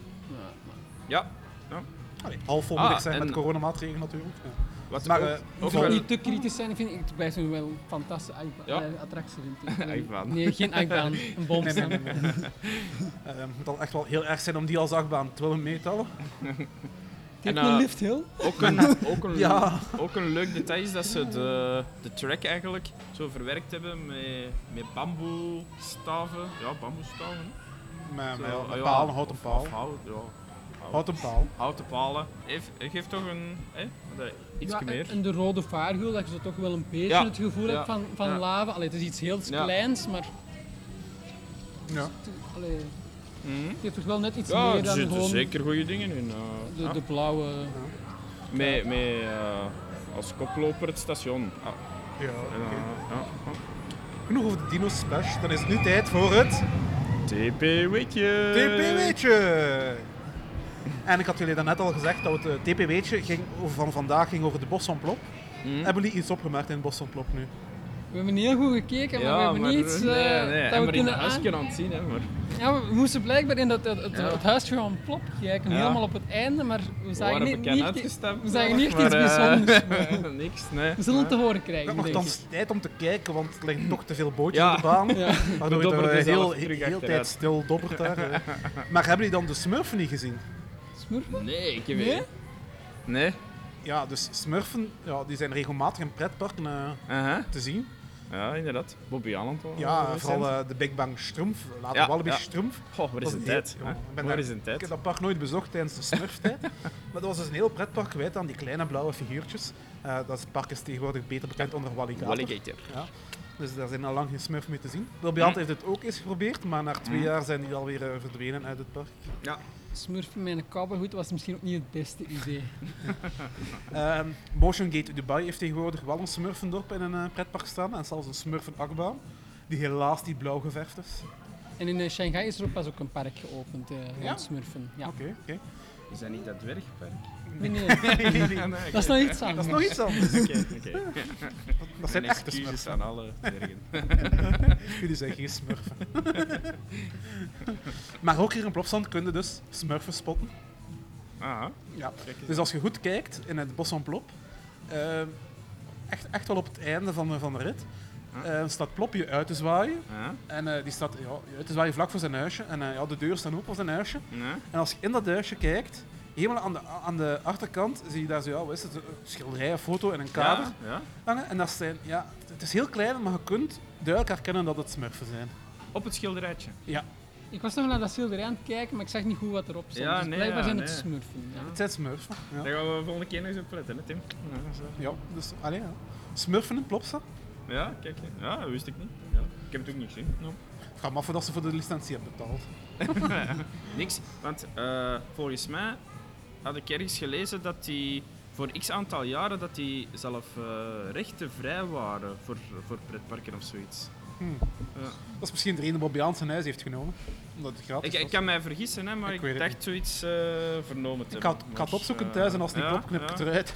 Ja. Allee, half vol Ah, moet ik zeggen, met en- coronamaatregelen natuurlijk. Ja. Wat Maar, ook, eh, ook Ik Ook wil wel- niet te kritisch zijn, vind ik. Het blijft nu wel een fantastische achtbaan- Ja. eh, attractie, vind ik. Achtbaan. Nee, geen achtbaan, een Nee, nee, boomstam. nee, nee. Eh, Het moet al echt wel heel erg zijn om die als achtbaan te willen meetellen. Het En, heeft een eh, lift hill. Ook een, ook, een, Ja. ook een leuk detail is dat ze de, de track eigenlijk zo verwerkt hebben met, met bamboestaven. Ja, bamboestaven. Met, Zo, met, ah, met ja, palen, houten of- paal. of hout, ja. Hout. Houten paal. Houten palen. Heeft, geeft toch een... Eh, iets Ja, meer. en- en de rode vaarwiel, dat je zo toch wel een beetje Ja. het gevoel Ja. hebt van, van Ja. lava. Allee, het is iets heel Ja. kleins, maar Ja. het, allee, Mhm. het heeft toch wel net iets Ja, meer er dan zitten gewoon zeker goede dingen in. eh. de, Ja. de blauwe... Met, met eh, als koploper het station. Ah, Ja, en, oké. eh, ja, ja. Genoeg over de Dino Splash, dan is het nu tijd voor het T P Weetje! T P Weetje! En ik had jullie daarnet al gezegd dat het T P Weetje ging over, van vandaag ging over de Bos van Plop. Mhm. Hebben jullie iets opgemerkt in het Bos van Plop nu? We hebben heel goed gekeken, maar we hebben maar, niets nee, eh, nee, dat en we maar in kunnen het aan... huisje aan het zien, hè, maar... Ja, we moesten blijkbaar in dat, het, het, Ja. het huisje van Plop kijken, Ja. helemaal op het einde, maar we We zagen waren niet, bekend niet, uitgestapt. we zagen nog, niet maar, iets eh, bijzonders. niks, nee. We zullen het te horen Ik krijgen, heb denk ik. nogthans tijd om te kijken, want er liggen toch te veel bootjes Ja. op de baan. Ja. Waardoor We je dobberden er heel, zelf heel, terug heel achteruit. tijd stil dobbert daar. eh. Maar hebben jullie dan de Smurfen niet gezien? Smurfen? Nee, ik heb... Nee? Nee? Ja, dus Smurfen ja, die zijn regelmatig in pretparken eh, Aha. te zien. Ja, inderdaad. Bobby Allen toch? Ja, wel vooral recent. eh, de Big Bang Strumpf, later Ja, Wallaby ja. Strumpf. Goh, waar is Dat een een tijd? heel- hè? ja, ik ben Waar daar- is een Ik tijd? heb dat park nooit bezocht tijdens de Smurftijd. Maar dat was dus een heel pretpark gewijd aan die kleine blauwe figuurtjes. Eh, dat park is tegenwoordig beter bekend onder Walligator. Walligator. Ja. Dus daar zijn al lang geen smurf meer te zien. Bilbiant heeft het ook eens geprobeerd, maar na twee Mm. jaar zijn die alweer uh, verdwenen uit het park. Ja. Smurfen met een cowboyhoed was misschien ook niet het beste idee. Um, Motion Gate Dubai heeft tegenwoordig wel een smurfendorp in een uh, pretpark staan en zelfs een smurfenachtbaan, die helaas niet blauw geverfd is. En in uh, Shanghai is er ook pas ook een park geopend uh, Ja? rond smurfen. Ja. Oké, oké. Is dat niet dat dwergpark? Nee, nee, Nee, nee, nee. Ah, nee, dat is oké. nog iets anders. Dat is nog iets anders. Oké, oké. Dat zijn Mijn echte excuses smurfen. aan alle dwergen. Jullie zijn geen smurfen. Maar ook hier in Plopsland kun je dus smurfen spotten. Ah, Ja. kijk eens. Dus als je goed kijkt in het bos van Plop, uh, echt, echt wel op het einde van de, van de rit, uh, staat Plop je uit te zwaaien. Ja, En uh, die staat ja, uit te zwaaien vlak voor zijn huisje. En uh, ja, de deuren staan open voor zijn huisje. ja. En als je in dat huisje kijkt, helemaal aan de, aan de achterkant zie je daar zo, ja, wat is het, een schilderij, een foto en een kader Ja, ja. hangen. En dat zijn, ja, het is heel klein, maar je kunt duidelijk herkennen dat het smurfen zijn. Op het schilderijtje. Ja, Ik was nog naar dat schilderij aan het kijken, maar ik zag niet goed wat erop stond. Ja, dus nee, blijkbaar ja, zijn het nee. smurfen. Ja. het zijn smurfen. Ja, Daar gaan we volgende keer nog eens op letten, hè, Tim? Ja, zo. ja dus allee, ja. Smurfen in Plopsa. Ja, kijk. Ja, dat wist ik niet. Ja. Ik heb het ook niet gezien. No. Het gaat me af dat ze voor de licentie hebben betaald. Niks, want uh, volgens mij had ik ergens gelezen dat die voor x aantal jaren dat die zelf uh, rechtenvrij waren voor, voor pretparken of zoiets. Hmm. Ja. Dat is misschien de reden dat Bobby zijn huis heeft genomen. Omdat het gratis Ik, ik was. kan mij vergissen, hè, maar Ik ik, weet het dacht niet. zoiets uh, vernomen te Ik ga het- hebben. ik ga het Maar, opzoeken uh, thuis en als het niet ja, klopt, knip ik het ja. eruit.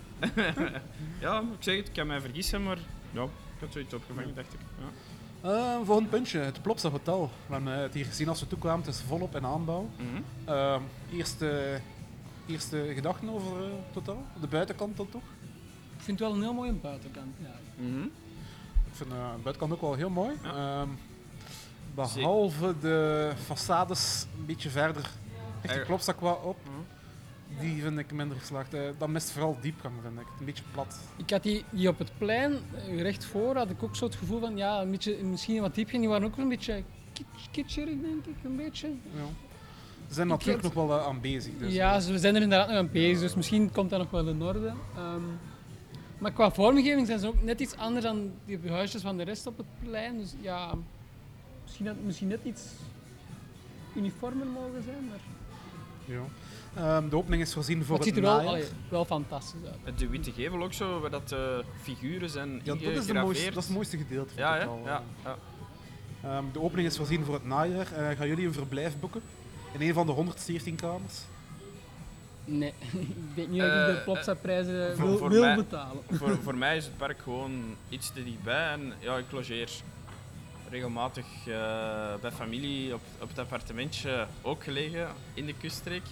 Ja, ik zeg het, ik kan mij vergissen, maar ja, ik had zoiets opgevangen, dacht ik. Ja. Uh, volgend puntje, het Plopsa Hotel. We hebben uh, het hier gezien als we toekwamen, het is volop in aanbouw. Mhm. Uh, eerste, eerste gedachten over uh, het hotel? De buitenkant dan toch? Ik vind het wel een heel mooie buitenkant. Ja. Mhm. Ik vind uh, de buitenkant ook wel heel mooi. Ja. Um, behalve de façades een beetje verder richting Er- Plopsa qua op. Mhm. Die vind ik minder geslaagd. Uh, dat mist vooral diepgang, vind ik. Een beetje plat. Ik had die, die op het plein, eh, recht voor, had ik ook zo het gevoel van, ja, een beetje, misschien wat diepgang. Die waren ook wel een beetje kitsch- kitscherig, denk ik, een beetje. Ja. Ze zijn natuurlijk nog wel uh, aan bezig. Dus, ja, uh, ze- we zijn er inderdaad nog aan bezig, dus misschien komt dat nog wel in orde. Ehm, maar qua vormgeving zijn ze ook net iets anders dan die huisjes van de rest op het plein. Dus ja, misschien, had, misschien net iets uniformer mogen zijn, maar ja. Um, de opening is voorzien voor het het, ziet er wel, najaar. allee, wel fantastisch uit. De witte gevel ook zo, waar dat uh, figuren zijn Ja, dat, is de ingegraveerd. mooiste, dat is het mooiste gedeelte van Ja, het hè? hotel. Ja, ja. Um, de opening is voorzien voor het najaar. Uh, gaan jullie een verblijf boeken? In een van de honderdveertien kamers? Nee, ik denk niet dat ik Eh, de Plopsa-prijzen voor- wil, voor wil mij- betalen. voor, voor mij is het park gewoon iets te dichtbij. En ja, ik logeer regelmatig uh, bij familie op, op het appartementje ook gelegen in de kuststreek.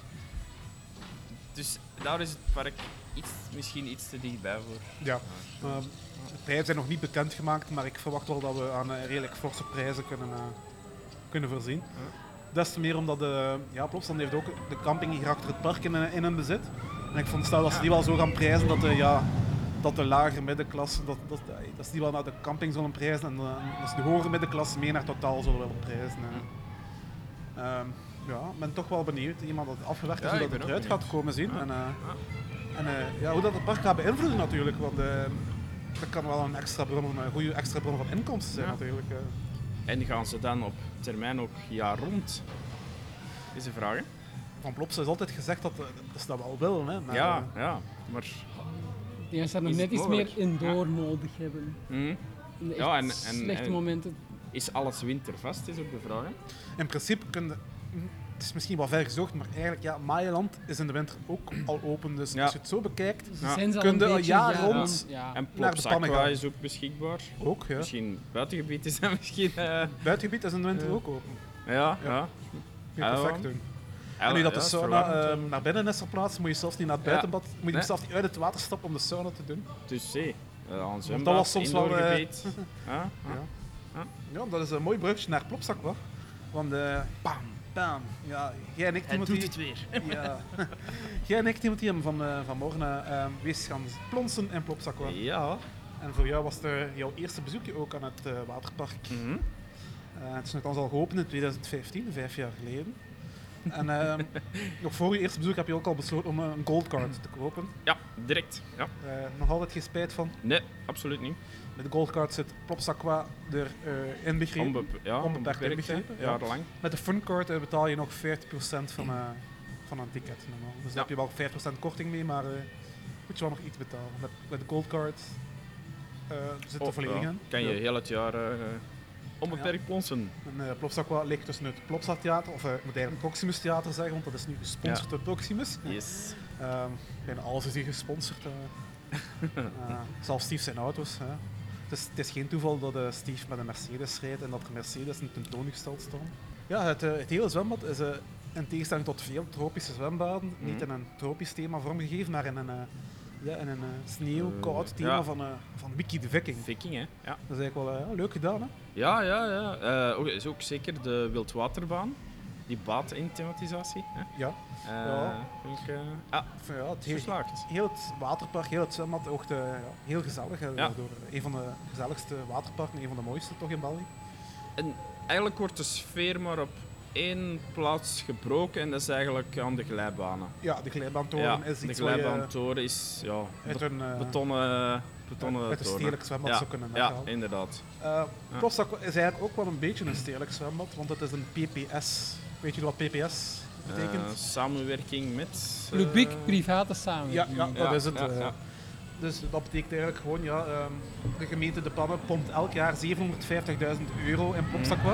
Dus daar is het park iets, misschien iets te dichtbij voor. Ja. Um, de prijzen zijn nog niet bekendgemaakt, maar ik verwacht wel dat we aan uh, redelijk forse prijzen kunnen, uh, kunnen voorzien. Des te meer omdat de, ja, Plopsland heeft ook de camping hier achter het park in, in hun bezit. En ik vond stel dat ze die wel zo gaan prijzen dat de, ja, dat de lagere middenklasse, dat, dat, dat ze die wel naar de camping zullen prijzen en uh, dat ze de hogere middenklasse mee naar totaal zullen willen prijzen. Uh. Um, ja, ik ben toch wel benieuwd. Iemand dat afgewerkt is, Ja, hoe ik dat ben eruit ook gaat benieuwd. komen zien. Ja. En, uh, Ja. en uh, ja, hoe dat het park gaat beïnvloeden natuurlijk, want uh, dat kan wel een extra bron, een goede extra bron van inkomsten zijn Ja. natuurlijk. Uh. En gaan ze dan op termijn ook jaar rond? Is de vraag. Hè? Van Plopsa is altijd gezegd dat, uh, dat ze dat wel willen. Hè, maar, Ja, uh, ja, maar. Die gaan nog Is net het iets mogelijk? meer indoor nodig hebben. hm, In de Ja, echt en- en- slechte en- momenten. Is alles wintervast, is ook de vraag. Hè? in principe kun je, het is misschien wel ver gezocht, maar eigenlijk ja, Maaieland is in de winter ook al open. Dus Ja. als je het zo bekijkt, Ze Ja. zijn ze al Kun een je al beetje jaar jaar rond- aan- ja. En Naar de pannen Plopsaqua gaan. is ook beschikbaar. ook. Ja. Misschien buitengebied is dat misschien. Uh, Buitengebied is in de winter Ja. ook open. ja, Ja. ja. Kun je Ja, perfect wel. doen. Ja, En nu dat ja, de is sauna verwarrend, uh, naar binnen is verplaatst, moet je zelfs niet naar het Ja. buitenbad, moet je Nee. zelfs niet uit het water stappen om de sauna te doen. Dus zee. Uh, aan dat zwembad, was soms wel, eh, indoorgebied. Ja, ja. Ja. Ja. Ja, dat is een mooi bruggetje naar Plopsaqua. Want uh, bam, bam. Ja, jij en ik, Timothy. weer. Ja. Jij en ik, Timothy, hebben van, uh, vanmorgen uh, wees gaan plonsen in Plopsaqua. Ja. En voor jou was het uh, jouw eerste bezoekje ook aan het uh, waterpark. Mhm. Uh, het is nogthans al geopend in twintig vijftien, vijf jaar geleden. En ehm, nog voor je eerste bezoek heb je ook al besloten om eh, een goldcard te kopen. Ja, direct. Ja. Eh, nog altijd geen spijt van. Nee, absoluut niet. Met de goldcard zit Plopsa Aqua er uh, inbegrepen. Onbe ja, onbeperkt onbeperkt, hè. inbegrepen, ja. Jarenlang. Met de funcard uh, betaal je nog vijftig procent van, uh, van een ticket. Normaal. Dus daar Ja. heb je wel vijf procent korting mee, maar uh, moet je wel nog iets betalen. Met, met de goldcard uh, zit er Oh, volledig ja. in. Kan je Ja. heel het jaar uh, onbeperkt plonsen. En uh, Plopsa Aqua ligt tussen het Plopsa Theater, of uh, ik moet eigenlijk Proximus Theater zeggen, want dat is nu gesponsord Ja. door Proximus. Yes. Uh, bijna alles is hier gesponsord. Uh, uh, zelfs Steve zijn auto's. Hè. Het, is, het is geen toeval dat uh, Steve met een Mercedes rijdt en dat er Mercedes een tentoongesteld staan. Ja, het, uh, het hele zwembad is uh, in tegenstelling tot veel tropische zwembaden Mm-hmm. niet in een tropisch thema vormgegeven, maar in een, uh, ja, in een uh, sneeuwkoud Uh, thema ja. van, uh, van Mickey de Viking. Viking, hè? Ja, Dat is eigenlijk wel uh, leuk gedaan. Hè? ja, ja. ja. Uh, ook, is ook zeker de wildwaterbaan. Die baat in thematisatie. Hè? Ja. Uh, Ja. Vind ik, uh, ah, Enfin, ja, het heel, geslaagd. heel het waterpark, heel het zwembad, ook de, ja, heel gezellig. Hè, Ja. Door een van de gezelligste waterparken, een van de mooiste toch in België. En eigenlijk wordt de sfeer maar op één plaats gebroken en dat is eigenlijk aan de glijbanen. Ja, de glijbaantoren Ja, is de iets waar je glijbaantoren is ja, uit be- een, uh, betonnen, betonnen uit een toren. stedelijk zwembad Ja, zou kunnen ja, weghalen. inderdaad. Uh, Plopsa Aqua is eigenlijk ook wel een beetje een stedelijk zwembad, want het is een P P S. Weet je wat P P S betekent? Uh, samenwerking met... uh, Publiek, private ja, samenwerking. ja, dat ja, is het. ja, uh, ja. Dus dat betekent eigenlijk gewoon, ja, um, de gemeente De Pannen pompt elk jaar zevenhonderdvijftigduizend euro in Plopsa Aqua.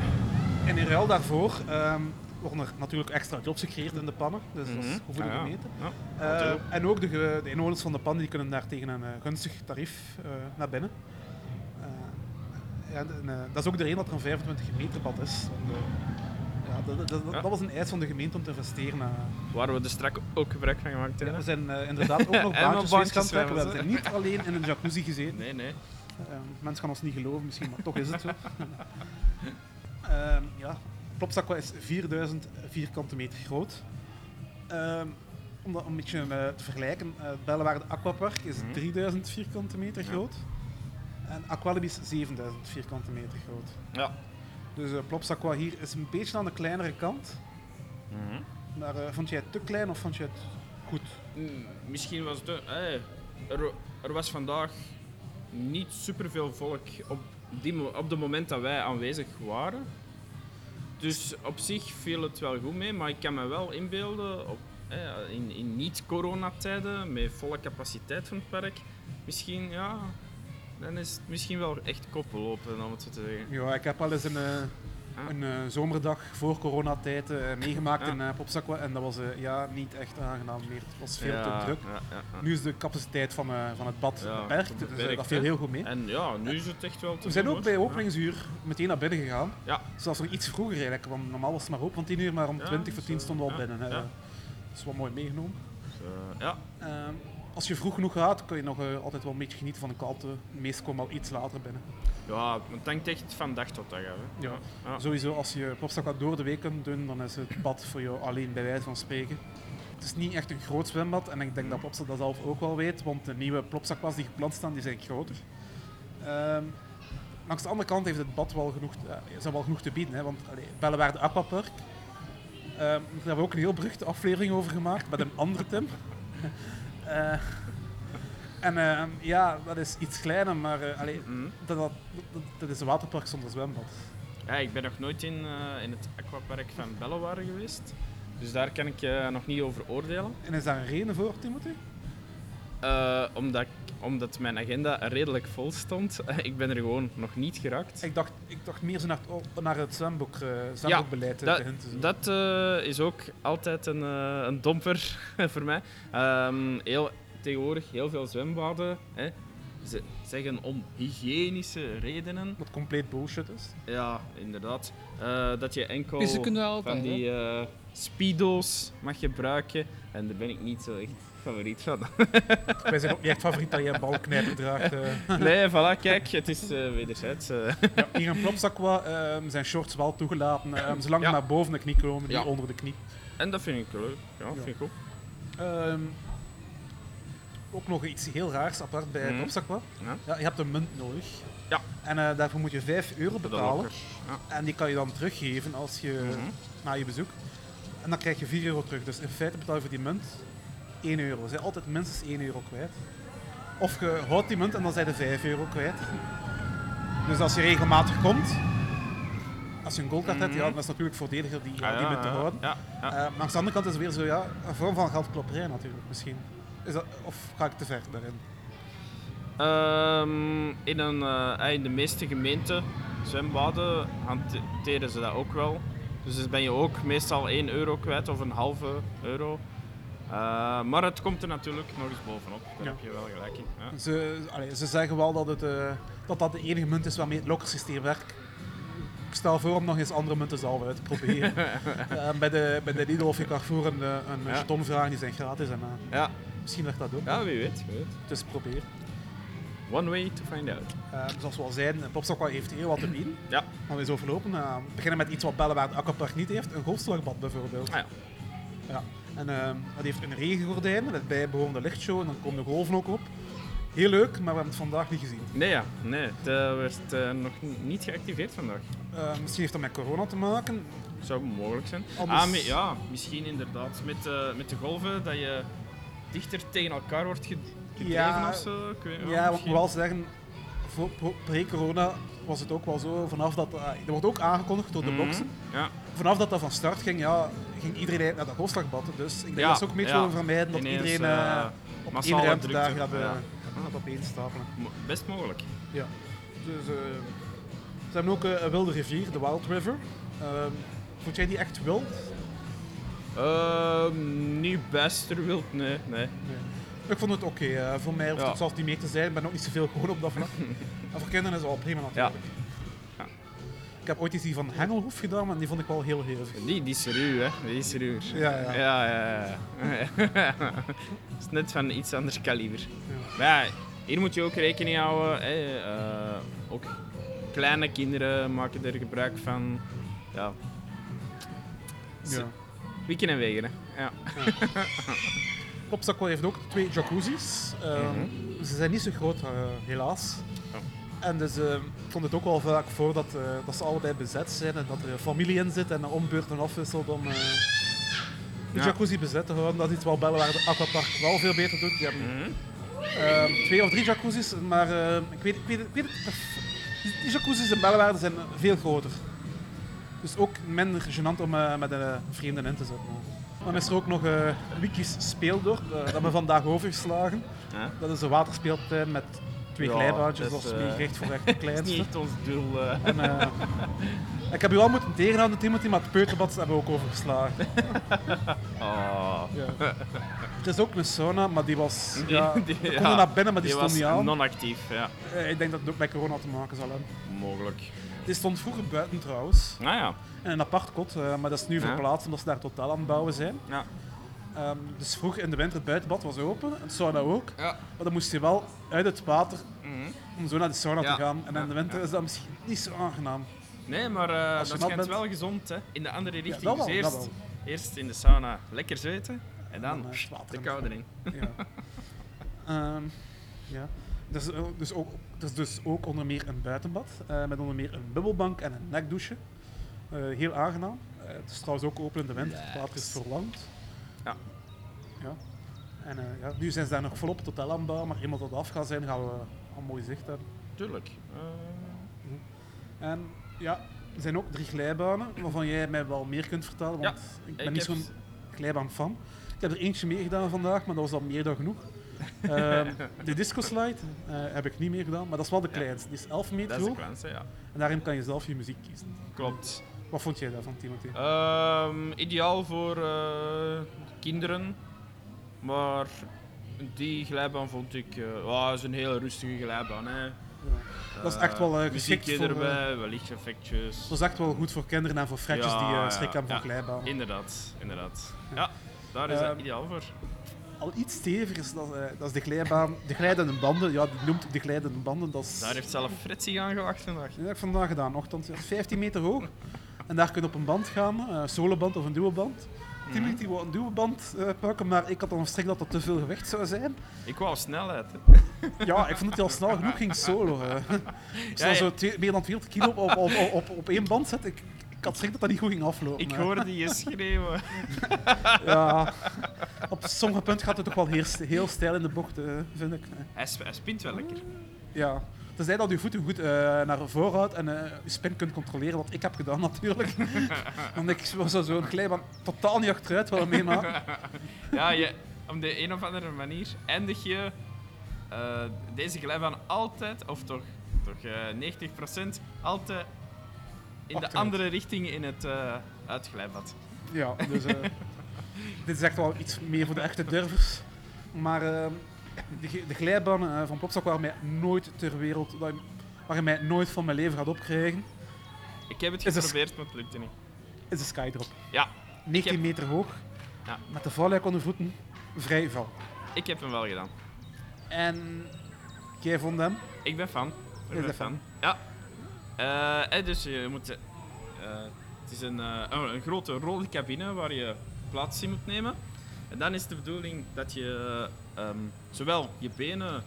En in ruil daarvoor um, worden er natuurlijk extra jobs gecreëerd in De Pannen, dus dat is Mhm. goed voor de Ah, ja. gemeente. Ja, Uh, natuurlijk. en ook de, ge- de inwoners van De Pannen die kunnen daar tegen een uh, gunstig tarief uh, naar binnen. Uh, ja, en, uh, dat is ook de reden dat er een vijfentwintig meter bad is. Want, uh, ja, dat, dat, dat, Ja. dat was een eis van de gemeente om te investeren. Uh, Waar we er straks ook gebruik van gemaakt ja, hebben. we zijn uh, inderdaad ook nog En nog baantjes geweest gaan baantjes trekken. We zwemmen, zijn niet alleen in een jacuzzi gezeten. Nee, nee. Uh, mensen gaan ons niet geloven misschien, maar toch is het zo. uh, ja, Plopsa Aqua is vierduizend vierkante meter groot. Uh, om dat een beetje uh, te vergelijken, uh, Bellewaarde Aquapark is Mhm. drieduizend vierkante meter Ja. groot. En Aqualib is zevenduizend vierkante meter groot. Ja. Dus uh, Plopsa Aqua hier is een beetje aan de kleinere kant. Mhm. Maar uh, vond jij het te klein of vond je het goed? Mm, Misschien was het... Hey, er, er was vandaag niet superveel volk op, die, mo- op het moment dat wij aanwezig waren. Dus op zich viel het wel goed mee, maar ik kan me wel inbeelden op, eh, in, in niet-coronatijden met volle capaciteit van het park. Misschien, ja, dan is het misschien wel echt koppellopen, om het zo te zeggen. Ja, ik heb al eens een, uh, een uh, zomerdag voor coronatijd uh, meegemaakt Ja. in uh, Plopsa Aqua en dat was uh, ja, niet echt aangenaam meer. Het was veel Ja, te druk. ja, ja, ja. Nu is de capaciteit van, uh, van het bad Ja, beperkt, dus uh, beperkt, dat viel hè. heel goed mee. En ja, nu is het echt wel te We zijn doen, ook hoor. bij openingsuur meteen naar binnen gegaan. Ja. Zelfs nog iets vroeger eigenlijk, want normaal was het maar open van tien uur, maar om Ja, twintig voor dus, tien uh, stonden we al ja, binnen. Hè. ja. Dat is wel mooi meegenomen. Dus, eh, ja. Ehm, als je vroeg genoeg gaat, kun je nog uh, altijd wel een beetje genieten van de kalte. De meesten komen al iets later binnen. Ja, het hangt echt van dag tot dag af. Hè. Ja. Ja. Sowieso, als je Plopsa Aqua door de week kunt doen, dan is het bad voor jou alleen bij wijze van spreken. Het is niet echt een groot zwembad en ik denk dat Plopsa dat zelf ook wel weet, want de nieuwe Plopsa Aqua's die gepland staan, die zijn groter. Ehm, langs de andere kant heeft het bad wel genoeg, uh, is er wel genoeg te bieden, hè, want allee, Bellewaarde Aquapark, ehm, daar hebben we ook een heel beruchte aflevering over gemaakt met een andere Tim. Uh, en uh, ja, dat is iets kleiner, maar uh, allee, Mhm. dat, dat, dat, dat is een waterpark zonder zwembad. Ja, ik ben nog nooit in, uh, in het aquapark van Bellewaarde geweest. Dus daar kan ik uh, nog niet over oordelen. En is daar een reden voor, Timothy? Uh, omdat, ik- omdat mijn agenda redelijk vol stond. ik ben er gewoon nog niet geraakt. Ik dacht, ik dacht meer zo naar het, naar het zwembok, uh, zwembokbeleid dat, te hinten. zo. dat uh, is ook altijd een, uh, een domper voor mij. Um, heel, tegenwoordig heel veel zwembaden hè, ze zeggen om hygiënische redenen. Wat compleet bullshit is. Ja, inderdaad. Uh, dat je enkel Pissen kunnen we altijd, van die uh, speedo's mag gebruiken. En daar ben ik niet zo echt favoriet van. Wij zijn ook niet echt favoriet dat je een balknijper draagt. uh. Nee, voilà, kijk, het is uh, wederzijds. Uh. Ja, hier in Plopsa Aqua um, zijn shorts wel toegelaten, um, zolang Ja. ze maar boven de knie komen, niet Ja. onder de knie. En dat vind ik leuk. Ja, Ja. vind ik ook. Um, ook nog iets heel raars apart bij Mhm. Plopsa Aqua. Ja. Ja, je hebt een munt nodig. Ja. En uh, daarvoor moet je vijf euro De betalen. lokker. Ja. En die kan je dan teruggeven als je, Mhm. na je bezoek. en dan krijg je vier euro terug. Dus in feite betaal je voor die munt één euro. Je bent altijd minstens één euro kwijt. Of je houdt die munt en dan zijn je vijf euro kwijt. Dus als je regelmatig komt, als je een goldcard hebt, ja, dan is het natuurlijk voordeliger die, Ah, die ja, munt te ja, houden. Ja, ja. Uh, maar aan de andere kant is het weer zo, ja, een vorm van geldklopperij natuurlijk, misschien. Is dat, of ga ik te ver daarin? Ehm, in, een, uh, in de meeste gemeenten, zwembaden, hanteren ze dat ook wel. Dus dan ben je ook meestal één euro kwijt of een halve euro. Uh, maar het komt er natuurlijk nog eens bovenop, daar Ja. heb je wel gelijk in. Ja. Ze, allee, ze zeggen wel dat, het, uh, dat dat de enige munt is waarmee het lokkersysteem werkt. Ik stel voor om nog eens andere munten zelf uit te proberen. uh, bij, de, bij de Lidl of je Carrefour een, een Ja. jeton vragen, die zijn gratis. En, uh, Ja. misschien werkt dat ook. ja, wie weet, wie weet. Dus probeer. One way to find out. Uh, zoals we al zeiden, Popsokwa heeft heel wat te bieden. Ja. Gaan we eens overlopen. Uh, we beginnen met iets wat Bellewaerde Aquapark niet heeft. Een golfslagbad bijvoorbeeld. Ah, ja. Ja. En uh, dat heeft een regengordijn met het bijbehorende lichtshow en dan komen de golven ook op. Heel leuk, maar we hebben het vandaag niet gezien. Nee, ja, nee, het uh, werd uh, nog n- niet geactiveerd vandaag. Uh, misschien heeft dat met corona te maken. Zou mogelijk zijn. Anders- Ah, me- ja, misschien inderdaad met, uh, met de golven dat je dichter tegen elkaar wordt ge- gedreven Ja, of zo. Ik weet, Ja, want ik misschien. moet wel zeggen, voor- voor- pre-corona was het ook wel zo, vanaf dat, uh, er wordt ook aangekondigd door de Mhm. boksen. Ja, Vanaf dat dat van start ging, ja, ging iedereen naar dat golfslagbad. Dus ik denk Ja, dat ze ook een beetje ja. willen vermijden dat Ineens, iedereen uh, uh, op één massale ruimte daar drukte. gaat, uh, Ja. gaat opeenstapelen. mo- best mogelijk. Ja. Dus, uh, ze hebben ook uh, een wilde rivier, de Wild River. Uh, vond jij die echt wild? Uh, niet best er wilt, nee. nee. Nee. Ik vond het oké. Okay. Uh, voor mij hoeft Ja. het zelfs niet meer te zijn. Ik ben ook niet zoveel gewoon op dat vlak. En voor kinderen is het wel prima natuurlijk. Ja. Ik heb ooit iets die van Hengelhoef gedaan, maar die vond ik wel heel hevig. Die, die is ruw, hè. Die is ruw. Ja, ja. Ja, ja, ja. Het is net van iets anders kaliber. Ja. Maar ja, hier moet je ook rekening houden. Hè. Uh, ook kleine kinderen maken er gebruik van. Ja. Ja. Wikken en wegen, hè. Ja. Popsakwa heeft ook twee jacuzzis. Uh, Mhm. Ze zijn niet zo groot, uh, helaas. Oh. En dus uh, ik vond het ook wel vaak voor dat, uh, dat ze allebei bezet zijn en dat er een familie in zit en een ombeurt en afwisselt om uh, de Ja. jacuzzi bezet te houden. Dat is iets wat Bellewaerde Aquapark wel veel beter doet. Die hebben Mhm. uh, twee of drie jacuzzis, maar uh, ik, weet, ik, weet, ik weet het. Die, die jacuzzis in Bellewaerde zijn veel groter. Dus ook minder gênant om uh, met een uh, vreemde in te zetten. Dan is er ook nog uh, Wiki's Speeldorp, uh, dat hebben we vandaag overgeslagen. Ja. Dat is een waterspeeltuin met twee Ja, glijbaantjes, dat dat is, is uh, meegericht voor echt de Dat is kleinste. niet echt ons doel. Uh. En, uh, ik heb u al moeten tegenhouden, Timothy, maar het peuterbad hebben we ook overgeslagen. Oh. Ja. Er is ook een sauna, maar die was... Die- Ja, die- we ja, konden naar binnen, maar die, Die stond was niet aan. non-actief, ja. Eh, ik denk dat het ook met corona te maken zal hebben. Mogelijk. Die stond vroeger buiten trouwens, Nou ja. in een apart kot, uh, maar dat is nu Ja. verplaatst omdat ze daar totaal aan het bouwen zijn. Ja. Um, dus vroeger in de winter het buitenbad was open, het sauna ook, Ja. maar dan moest je wel uit het water Mhm. om zo naar de sauna Ja. te gaan. En in Ja. de winter Ja. is dat misschien niet zo aangenaam. Nee, maar uh, Als je dat nat schijnt bent- wel gezond, hè. In de andere richting. dat wel, dus dat eerst, wel. eerst in de sauna lekker zweten en dan Dan, uh, het water de in. kou erin. Ja. Ehm, ja. Er is, uh, dus ook, er is dus ook onder meer een buitenbad, uh, met onder meer een bubbelbank en een nekdouche. Uh, heel aangenaam. Uh, het is trouwens ook open in de winter, het water is verwarmd. Ja. Ja. En uh, ja, nu zijn ze daar nog volop tot aan het bouwen, maar eenmaal dat af gaat zijn, gaan we een mooi zicht hebben. Tuurlijk. Uh, En ja, er zijn ook drie glijbanen, waarvan jij mij wel meer kunt vertellen, want ik ben ik niet heb- zo'n glijbaan-fan. Ik heb er eentje meegedaan vandaag, maar dat was al meer dan genoeg. Ehm, de disco slide eh, heb ik niet meer gedaan, maar dat is wel de Ja. kleinste. Die is elf meter dat is de hoog kleinste, ja. en daarin kan je zelf je muziek kiezen. Klopt. Wat vond jij daarvan, Timothy? Ehm, ideaal voor eh, kinderen, maar die glijbaan vond ik... Uh, oh, is een heel rustige glijbaan. Hè. Ja. Dat is echt wel eh, geschikt muziekje voor... eh, erbij, wel lichteffectjes. dat is echt wel goed voor kinderen en voor fretjes Ja, die eh ja, schrik hebben ja. voor glijbanen. Inderdaad, inderdaad. Ja, daar is Ehm, dat ideaal voor. Al iets steviger is dat, eh, dat is de glijbaan. De glijdende banden, ja, die noemt de glijdende banden. Dat is, Daar heeft zelf Fritsie aan gewacht vandaag. dat heb ik vandaag gedaan, nogthans. Dat is vijftien meter hoog. En daar kun je op een band gaan, een soloband of een dubbelband. Timothy wou een dubbelband uh, pakken, maar ik had dan schrik dat dat te veel gewicht zou zijn. Ik wou snelheid. Hè. Ja, ik vond dat hij al snel genoeg ging solo. Uh. Als je Ja, ja. zo twee- meer dan tweehonderd kilo op, op, op, op, op één band zet, ik, ik had schrik dat dat niet goed ging aflopen. Ik hè. hoorde je schreeuwen. Ja, op sommige punten gaat het toch wel heel, heel stijl in de bocht, eh, vind ik. Hij, sp- hij spint wel lekker. Ja. Tenzij dat je voeten goed eh, naar voren houdt en eh, je spin kunt controleren, wat ik heb gedaan natuurlijk. Want ik was zo- zo'n glijbaan totaal niet achteruit willen meemaken. Ja, je, op de een of andere manier eindig je eh, deze glijbaan altijd, of toch, toch eh, negentig procent, altijd in de Achteruit. andere richting in het uh, uitglijbad. Ja, dus eh, dit is echt wel iets meer voor de echte durvers. Maar eh, de, g- de glijbanen eh, van Plopsaland waren mij nooit ter wereld, dat- waar je mij nooit van mijn leven gaat opkrijgen, Ik heb het Is het- geprobeerd, maar het lukte niet. is de skydrop. Ja, negentien Ik heb- meter hoog, Ja. met de valluik onder voeten, vrij val. ik heb hem wel gedaan. En jij vond hem? Ik ben fan. Ik Jij ben bent fan. Ja. Eh, eh, dus je moet... eh, het is een, eh, een, een grote rolcabine waar je plaats in moet nemen. En dan is de bedoeling dat je ehm, zowel je benen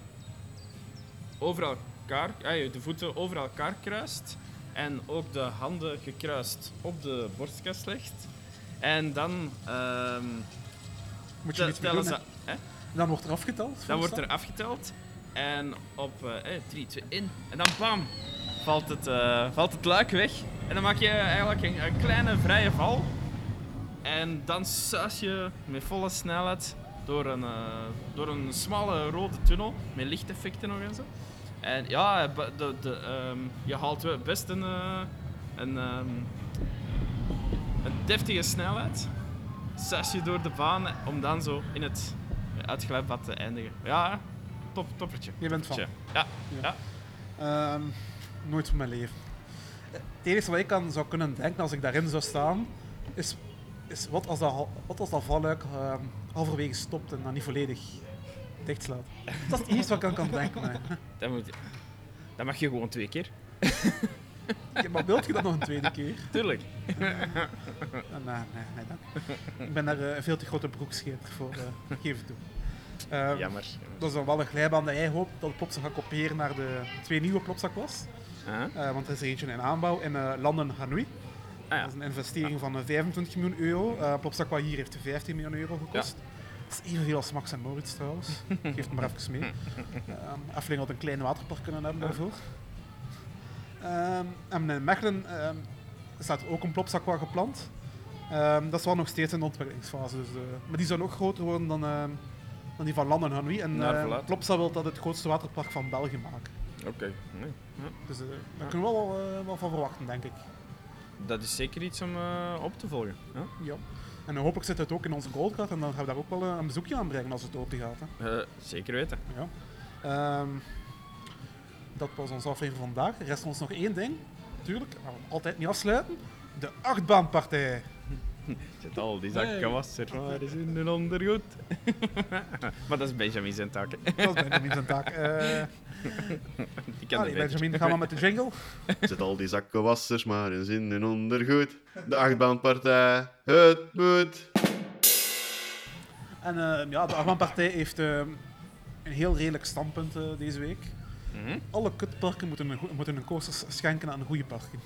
over elkaar, eh, de voeten over elkaar kruist en ook de handen gekruist op de borstkas legt. En dan ehm, Moet je te- iets mee tellen doen, ze... hè? hè? Dan wordt er afgeteld. Dan volgens wordt er afgeteld en op drie, twee, één en dan bam, valt het, eh, valt het luik weg. En dan maak je eigenlijk een, een kleine vrije val. En dan suis je met volle snelheid door een, eh, door een smalle rode tunnel met lichteffecten nog en zo. En ja, de, de, de, ehm, je haalt wel best een, eh, een, ehm, een deftige snelheid. Suis je door de baan om dan zo in het uitglijbad te eindigen. Ja, top, toppertje. Je bent van. Ja, ja. Ehm, nooit van mijn leven. Het enige wat ik aan zou kunnen denken als ik daarin zou staan, is, is wat, als dat, hal- wat als dat valluik ehm, halverwege stopt en dan niet volledig dichtslaat. Dat is het enige wat ik aan kan denken. hè. Dan, moet je, dan mag je gewoon twee keer. Ja, maar wilt je dat nog een tweede keer? Tuurlijk. Eh, Nee, nee, nee, dank. Ik ben daar eh, een veel te grote broekscheter voor. eh, geef het toe. Ehm, Jammer. Dat is dan wel een glijbaan dat jij hoopt dat Plopsa gaat kopiëren naar de twee nieuwe Plopsa-klas. Ah, Uh, want er is er eentje in aanbouw in uh, Landen Hanoi. ah ja. Dat is een investering van uh, vijfentwintig miljoen euro. Uh, Plopsa hier heeft vijftien miljoen euro gekost. Dat is evenveel als Max en Moritz trouwens. Ik geef het maar even mee. Uh, Efteling had een klein waterpark kunnen hebben daarvoor. Um, en in Mechelen um, staat ook een Plopsa gepland. Um, dat is wel nog steeds in de ontwikkelingsfase. Dus, uh, maar die zou nog groter worden dan, uh, dan die van Landen Hanoi. En Naar uh, verluidt. Plopsa wil dat het grootste waterpark van België maken. Oké. Nee. Ja. Dus uh, daar kunnen we wel, uh, wel van verwachten, denk ik. Dat is zeker iets om uh, op te volgen. Ja? Ja. En dan hopelijk zit het ook in onze goldcard en dan gaan we daar ook wel uh, een bezoekje aan brengen als het open gaat. Hè. Uh, zeker weten. Ja. Um, dat was onze aflevering van vandaag. Er rest ons nog één ding. Natuurlijk, gaan we altijd niet afsluiten. De achtbaanpartij. Zit al die Nee. zakken wasser, waar is in de ondergoed? Maar dat is Benjamin zijn taak. hè. Dat is Benjamin zijn taak. Uh, Die kan allee, het beter. Benjamin, gaan we met de jingle. Zet al die zakken wassers maar eens in hun ondergoed. De achtbaanpartij, het moet. En uh, ja, de achtbaanpartij heeft uh, een heel redelijk standpunt uh, deze week. Mhm. Alle kutparken moeten een, goe- moeten een coasters schenken aan goede parken.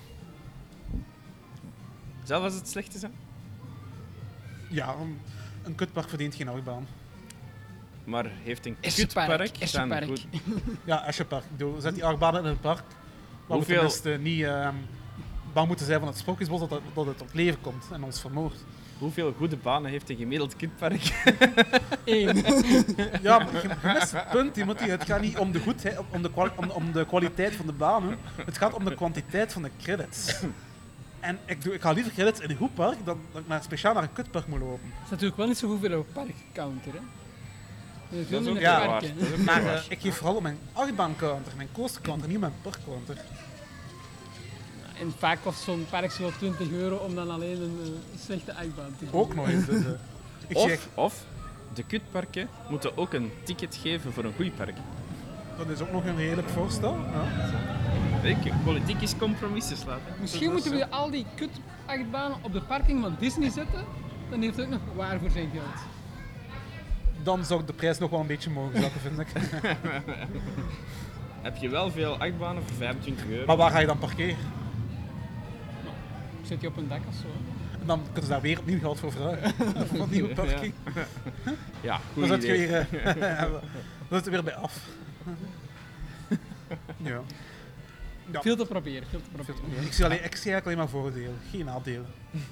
Zelfs als het slecht is, hè? Ja, een, een kutpark verdient geen achtbaan. Maar heeft een Essenpark, kutpark dan Essenpark. goed. Ja, Escherpark. Ik bedoel, zet die achtbanen in een park. Waar we Hoeveel- tenminste niet ehm bang moeten zijn van het sprookjesbos dat, het- dat het tot leven komt en ons vermoordt. Hoeveel goede banen heeft een gemiddeld kutpark? Eén. Ja, maar je, je mist het punt, Timothy. Het gaat niet om de goedheid, om de, kwali- om, om de kwaliteit van de banen. Het gaat om de kwantiteit van de credits. En ik, doe, ik ga liever credits in een goed park dan dat ik naar, speciaal naar een kutpark moet lopen. Dat is natuurlijk wel niet zo goed voor een parkcounter, hè. Er is veel Dat is ook minder ja, parken. waar. Dat is ook Maar waar. eh, ik geef vooral mijn achtbaancounter, mijn coastercounter, niet mijn parkcounter. En vaak kost zo'n park zo twintig euro om dan alleen een eh, slechte achtbaan te doen. Ook nog eens. Dus, eh, ik Of, zeg, of de kutparken moeten ook een ticket geven voor een goed park. dat is ook nog een redelijk voorstel. Ja. Weet je, politiek is compromissen sluiten. Misschien moeten we al die kut-achtbanen op de parking van Disney zetten. Dan heeft het ook nog waar voor zijn geld. Dan zou de prijs nog wel een beetje mogen zakken, vind ik. Heb je wel veel achtbanen voor vijfentwintig euro? Maar waar ga je dan parkeren? Zit je op een dak of zo? En dan kunnen ze daar weer opnieuw geld voor vragen. Voor een nieuwe parking. Ja, goed Dan zit je idee. weer, uh, dan zit je weer bij af. Ja. Ja. Veel te proberen, veel te proberen. Ik zie, alleen, ik zie eigenlijk alleen maar voordelen, geen nadelen.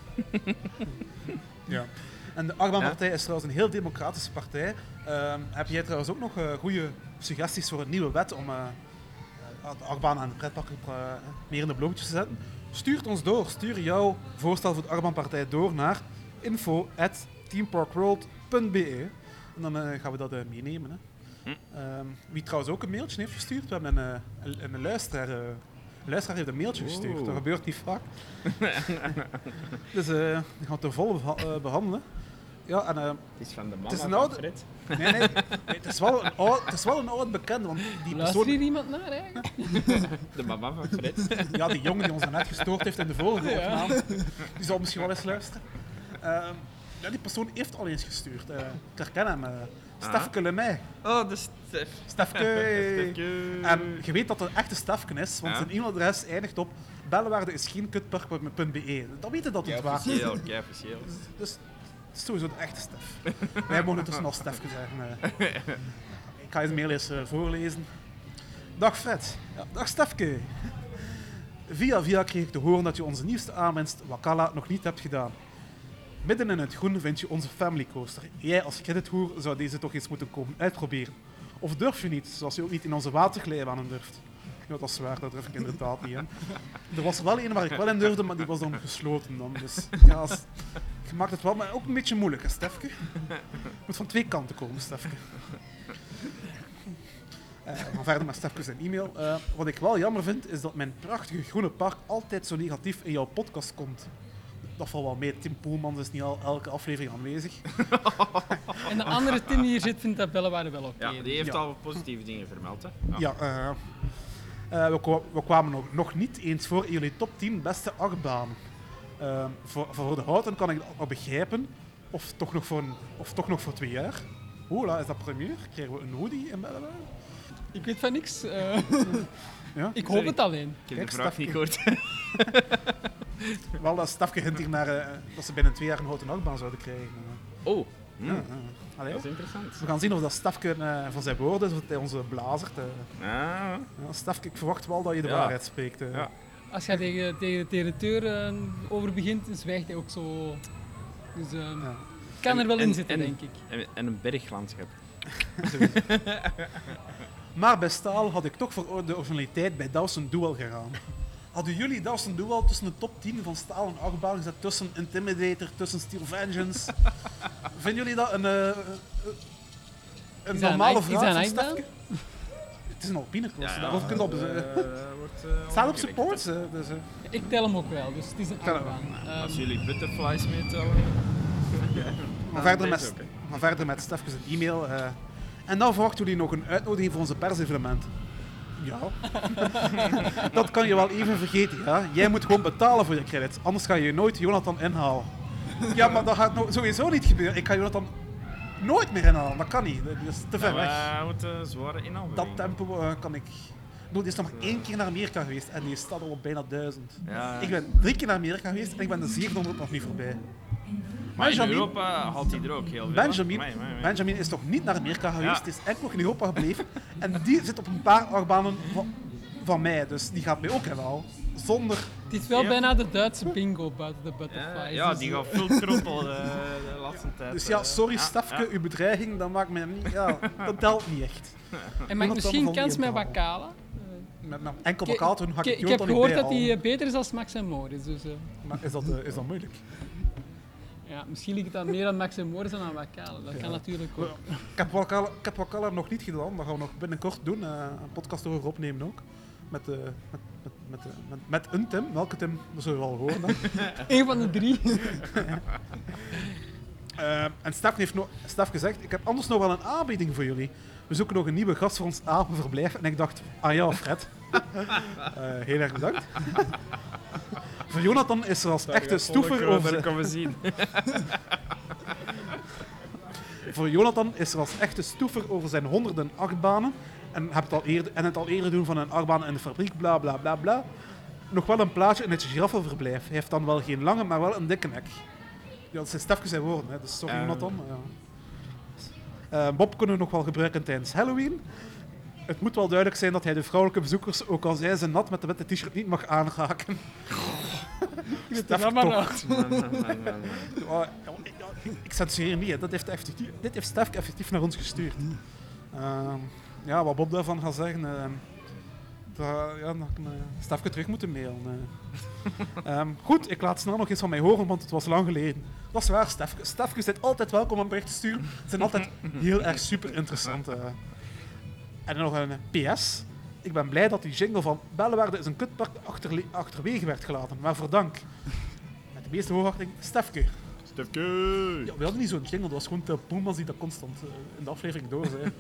Ja. En de Achtbaanpartij is trouwens een heel democratische partij. Uh, heb jij trouwens ook nog uh, goede suggesties voor een nieuwe wet om uh, de achtbaan en de pretparken uh, meer in de bloemetjes te zetten? Stuur het ons door. Stuur jouw voorstel voor de Achtbaanpartij door naar info at themeparkworld punt b e. En dan uh, gaan we dat uh, meenemen. Hè. Hm. Um, wie trouwens ook een mailtje heeft gestuurd, we hebben een, uh, een, een luisteraar. Uh, een luisteraar heeft een mailtje gestuurd, Oeh. dat gebeurt niet vaak. Dus uh, die gaan we te vol beha- uh, behandelen. Ja, en, uh, Het is van de mama Het is een van oude- Fred. nee, nee, nee, het, is wel een oud, het is wel een oud bekende, want die Luistert persoon, hier iemand naar eigenlijk? De mama van Fred. ja, die jongen die ons net gestoord heeft in de vorige Ja. opname, die zal misschien wel eens luisteren. Uh, ja, die persoon heeft al eens gestuurd. Uh, ik herken hem. Uh, Stefke Lemay. Oh, de Stef. Stefke. En je weet dat het een echte Stefke is, want Ja. zijn e-mailadres eindigt op bellenwaarde is geen kutpark.be. Dat weten dat het Kei waar is. officieel, kei officieel. Dus het is sowieso de echte Stef. Wij mogen tussen al Stefke zeggen. eh. Ik ga je mail eens eh, voorlezen. Dag Fred. Ja, dag Stefke. Via via kreeg ik te horen dat je onze nieuwste aanwinst, Wakala, nog niet hebt gedaan. Midden in het groen vind je onze family coaster. Jij als credithoer zou deze toch eens moeten komen uitproberen. Of durf je niet, zoals je ook niet in onze waterglijbanen durft. Ja, dat is waar, dat durf ik inderdaad niet. Hè. Er was er wel een waar ik wel in durfde, maar die was dan gesloten. Dan. Dus ja, als, je maakt het wel, maar ook een beetje moeilijk, hè, Stefke. Het moet van twee kanten komen, Stefke. Uh, we gaan verder met Stefke zijn e-mail. Uh, wat ik wel jammer vind, is dat mijn prachtige groene park altijd zo negatief in jouw podcast komt. Dat valt wel mee. Tim Poelmans is niet al elke aflevering aanwezig. En de andere Tim die hier zit, vindt dat Bellewaarde wel oké. Ja, die heeft Ja. al positieve dingen vermeld. Hè. Ja, uh, uh, we, kwa- we kwamen nog, nog niet eens voor in jullie top tien beste achtbanen. Uh, voor, voor de houten kan ik dat nog begrijpen. Of toch nog voor, een, of toch nog voor twee jaar. Hola, is dat premier? Krijgen we een hoodie in Bellewaarde? Ik weet van niks. eh. Ja? ik hoop Sorry. het alleen. Ik heb Kijk, de vraag Stefke. niet gehoord. Wel, dat Stefke hint hier naar uh, dat ze binnen twee jaar een houten achtbaan zouden krijgen. Uh, Oh, hm. ja, uh, allee, dat is interessant. we gaan zien of dat Stefke uh, van zijn woorden is, of hij onze blazert. Uh. Ah, Ja, Stefke, ik verwacht wel dat je de Ja. waarheid spreekt. Uh. Ja. Als je tegen, tegen de directeur uh, over begint, dan zwijgt hij ook zo. Dus uh, Ja. kan er wel En- in zitten, en- denk ik. en, en een berglandschap. Maar bij staal had ik toch voor de originaliteit bij Dawson Duel gegaan. Hadden jullie Dawson Duel tussen de top tien van staal en achtbaan gezet, tussen Intimidator, tussen Steel Vengeance? Vinden jullie dat een, uh, een Is dat een normale acht- is vraag dat een van achtbaan? Stefke? Het is een alpine coaster, Ja, daarover kun je op... eh, Uh, wordt, eh, staat op opgelegd, supports, hè. uh, dus... uh, Ik tel hem ook wel, dus het is een Tel hem. achtbaan. Nou, Als Ehm, jullie butterflies meetellen. We gaan verder met, we gaan verder met Stefke's e-mail. Uh, en dan verwachten jullie nog een uitnodiging voor onze persevenement. Ja. Dat kan je wel even vergeten, ja. Jij moet gewoon betalen voor je credits, anders ga je nooit Jonathan inhalen. Ja, maar dat gaat no- sowieso niet gebeuren. Ik ga Jonathan nooit meer inhalen, dat kan niet. Dat is te ver weg. We moeten zware inhoud Dat brengen. tempo uh, kan ik... No, die is nog maar één keer naar Amerika geweest en die staat al op bijna duizend. Ja. Ik ben drie keer naar Amerika geweest en ik ben de zevenhonderd nog niet voorbij. Maar in Benjamin- Europa haalt hij er ook heel veel. Benjamin, Amai, amai, amai. Benjamin is toch niet naar Amerika geweest, Ja. het is enkel nog in Europa gebleven. En die zit op een paar achtbanen van, van mij, dus die gaat mij ook inhalen. Zonder... het is wel Ja. bijna de Duitse bingo buiten de Ja, butterflies. ja, dus, die eh, gaat veel kroppel de, de laatste tijd. Dus ja, eh. sorry Ja, Stefke, ja. uw bedreiging, dat maakt mij niet... Ja, dat telt niet echt. En maakt Jonathan misschien valt kans niet met in te halen. Wakala. Met, met enkel Ik- elkaar toen ga ik Ik, het ik heb Jonathan niet gehoord dat hij bijhalen. eh, beter is dan Max en Moritz. Dus, eh, Maar is dat, uh, is dat moeilijk? ja, misschien ligt het dan meer aan Max en Moritz dan aan Wakala. Dat kan natuurlijk ook. Ik heb Wakala, ik heb Wakala nog niet gedaan, dat gaan we nog binnenkort doen. Uh, een podcast over opnemen ook. Met, uh, met, met, met, uh, met, met een Tim. Welke Tim? Dat zullen we wel horen dan. Eén van de drie. Uh, en Stef heeft no- Stef gezegd, ik heb anders nog wel een aanbieding voor jullie. We zoeken nog een nieuwe gast voor ons avondverblijf. En ik dacht, ah ja, Fred. uh, heel erg bedankt. Voor Jonathan is er als echte stoever over Dat zijn... kunnen we zien. Voor Jonathan is er als echte stoever over zijn honderden achtbanen. En, heb het al eerder, en het al eerder doen van een achtbaan in de fabriek, bla bla bla bla. nog wel een plaatje in het giraffenverblijf. Hij heeft dan wel geen lange, maar wel een dikke nek. Ja, dat zijn Stefke zijn woorden, hè, dus sorry Eh. Jonathan. Ja. Eh, Bob kunnen we nog wel gebruiken tijdens Halloween. Het moet wel duidelijk zijn dat hij de vrouwelijke bezoekers, ook al zijn ze nat met de witte t-shirt, niet mag aanraken. Stefke er maar toch. uit. Man, man, man, man, man. Ja, ja, ja, ik censureer niet, hè. Dat heeft effectief, dit heeft Stefke effectief naar ons gestuurd. Ehm, ja, wat Bob daarvan gaat zeggen, ehm, dat, ja, dan kan uh, Stefke terug moeten mailen. eh. Ehm, goed, ik laat snel nog eens van mij horen, want het was lang geleden. Dat is waar, Stefke. Stefke zit altijd welkom om een bericht te sturen. Ze zijn altijd heel erg super interessant. eh. En nog een P S. Ik ben blij dat die jingle van Bellewaarde is een kutpark achterle- achterwege werd gelaten. Waarvoor dank. Met de meeste hoogachting, Stefke. Stefke! Ja, we hadden niet zo'n jingle, dat was gewoon Theo Poelmans die dat constant eh, in de aflevering door zei.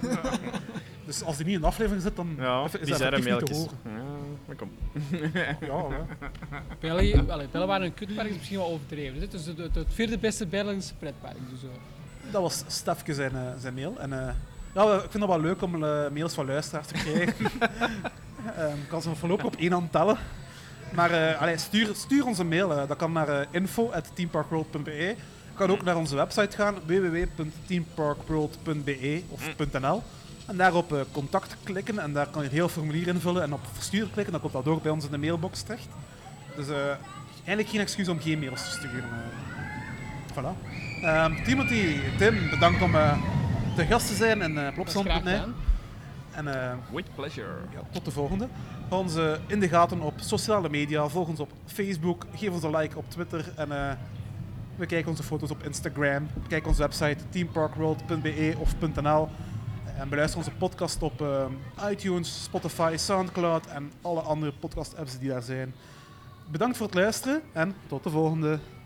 Dus als die niet in de aflevering zit, dan Ja, is die dat zijn er effectief niet te mailtjes. horen. Ja, maar kom. Ja, ja. België, allee, België waren een kutpark is misschien wel overdreven. Dit is het, het, het vierde beste Belgische pretpark. Dus, uh. Dat was Stefke zijn, eh, zijn mail. En, eh, ja, ik vind het wel leuk om eh, mails van luisteraars te krijgen. Ehm, ik kan ze voorlopig op één hand tellen. Maar eh, allee, stuur, stuur ons een mail. eh. Dat kan naar uh, info at teamparkworld punt b e. Je kan ook naar onze website gaan, w w w punt teamparkworld punt b e of .nl. En daar op uh, contact klikken en daar kan je het heel formulier invullen en op versturen klikken. Dan komt dat ook bij ons in de mailbox terecht. Dus uh, eigenlijk geen excuus om geen mails te sturen. Uh. Voilà. Um, Timothy, Tim, bedankt om uh, te gast te zijn in uh, Dat is Plopsland. graag Nee. gedaan. En uh, With pleasure. ja, tot de volgende. Hou ons uh, in de gaten op sociale media. Volg ons op Facebook. Geef ons een like op Twitter. En uh, we kijken onze foto's op Instagram. Kijk onze website teamparkworld punt b e of .nl. En beluister onze podcast op uh, iTunes, Spotify, Soundcloud en alle andere podcast-apps die daar zijn. Bedankt voor het luisteren en tot de volgende.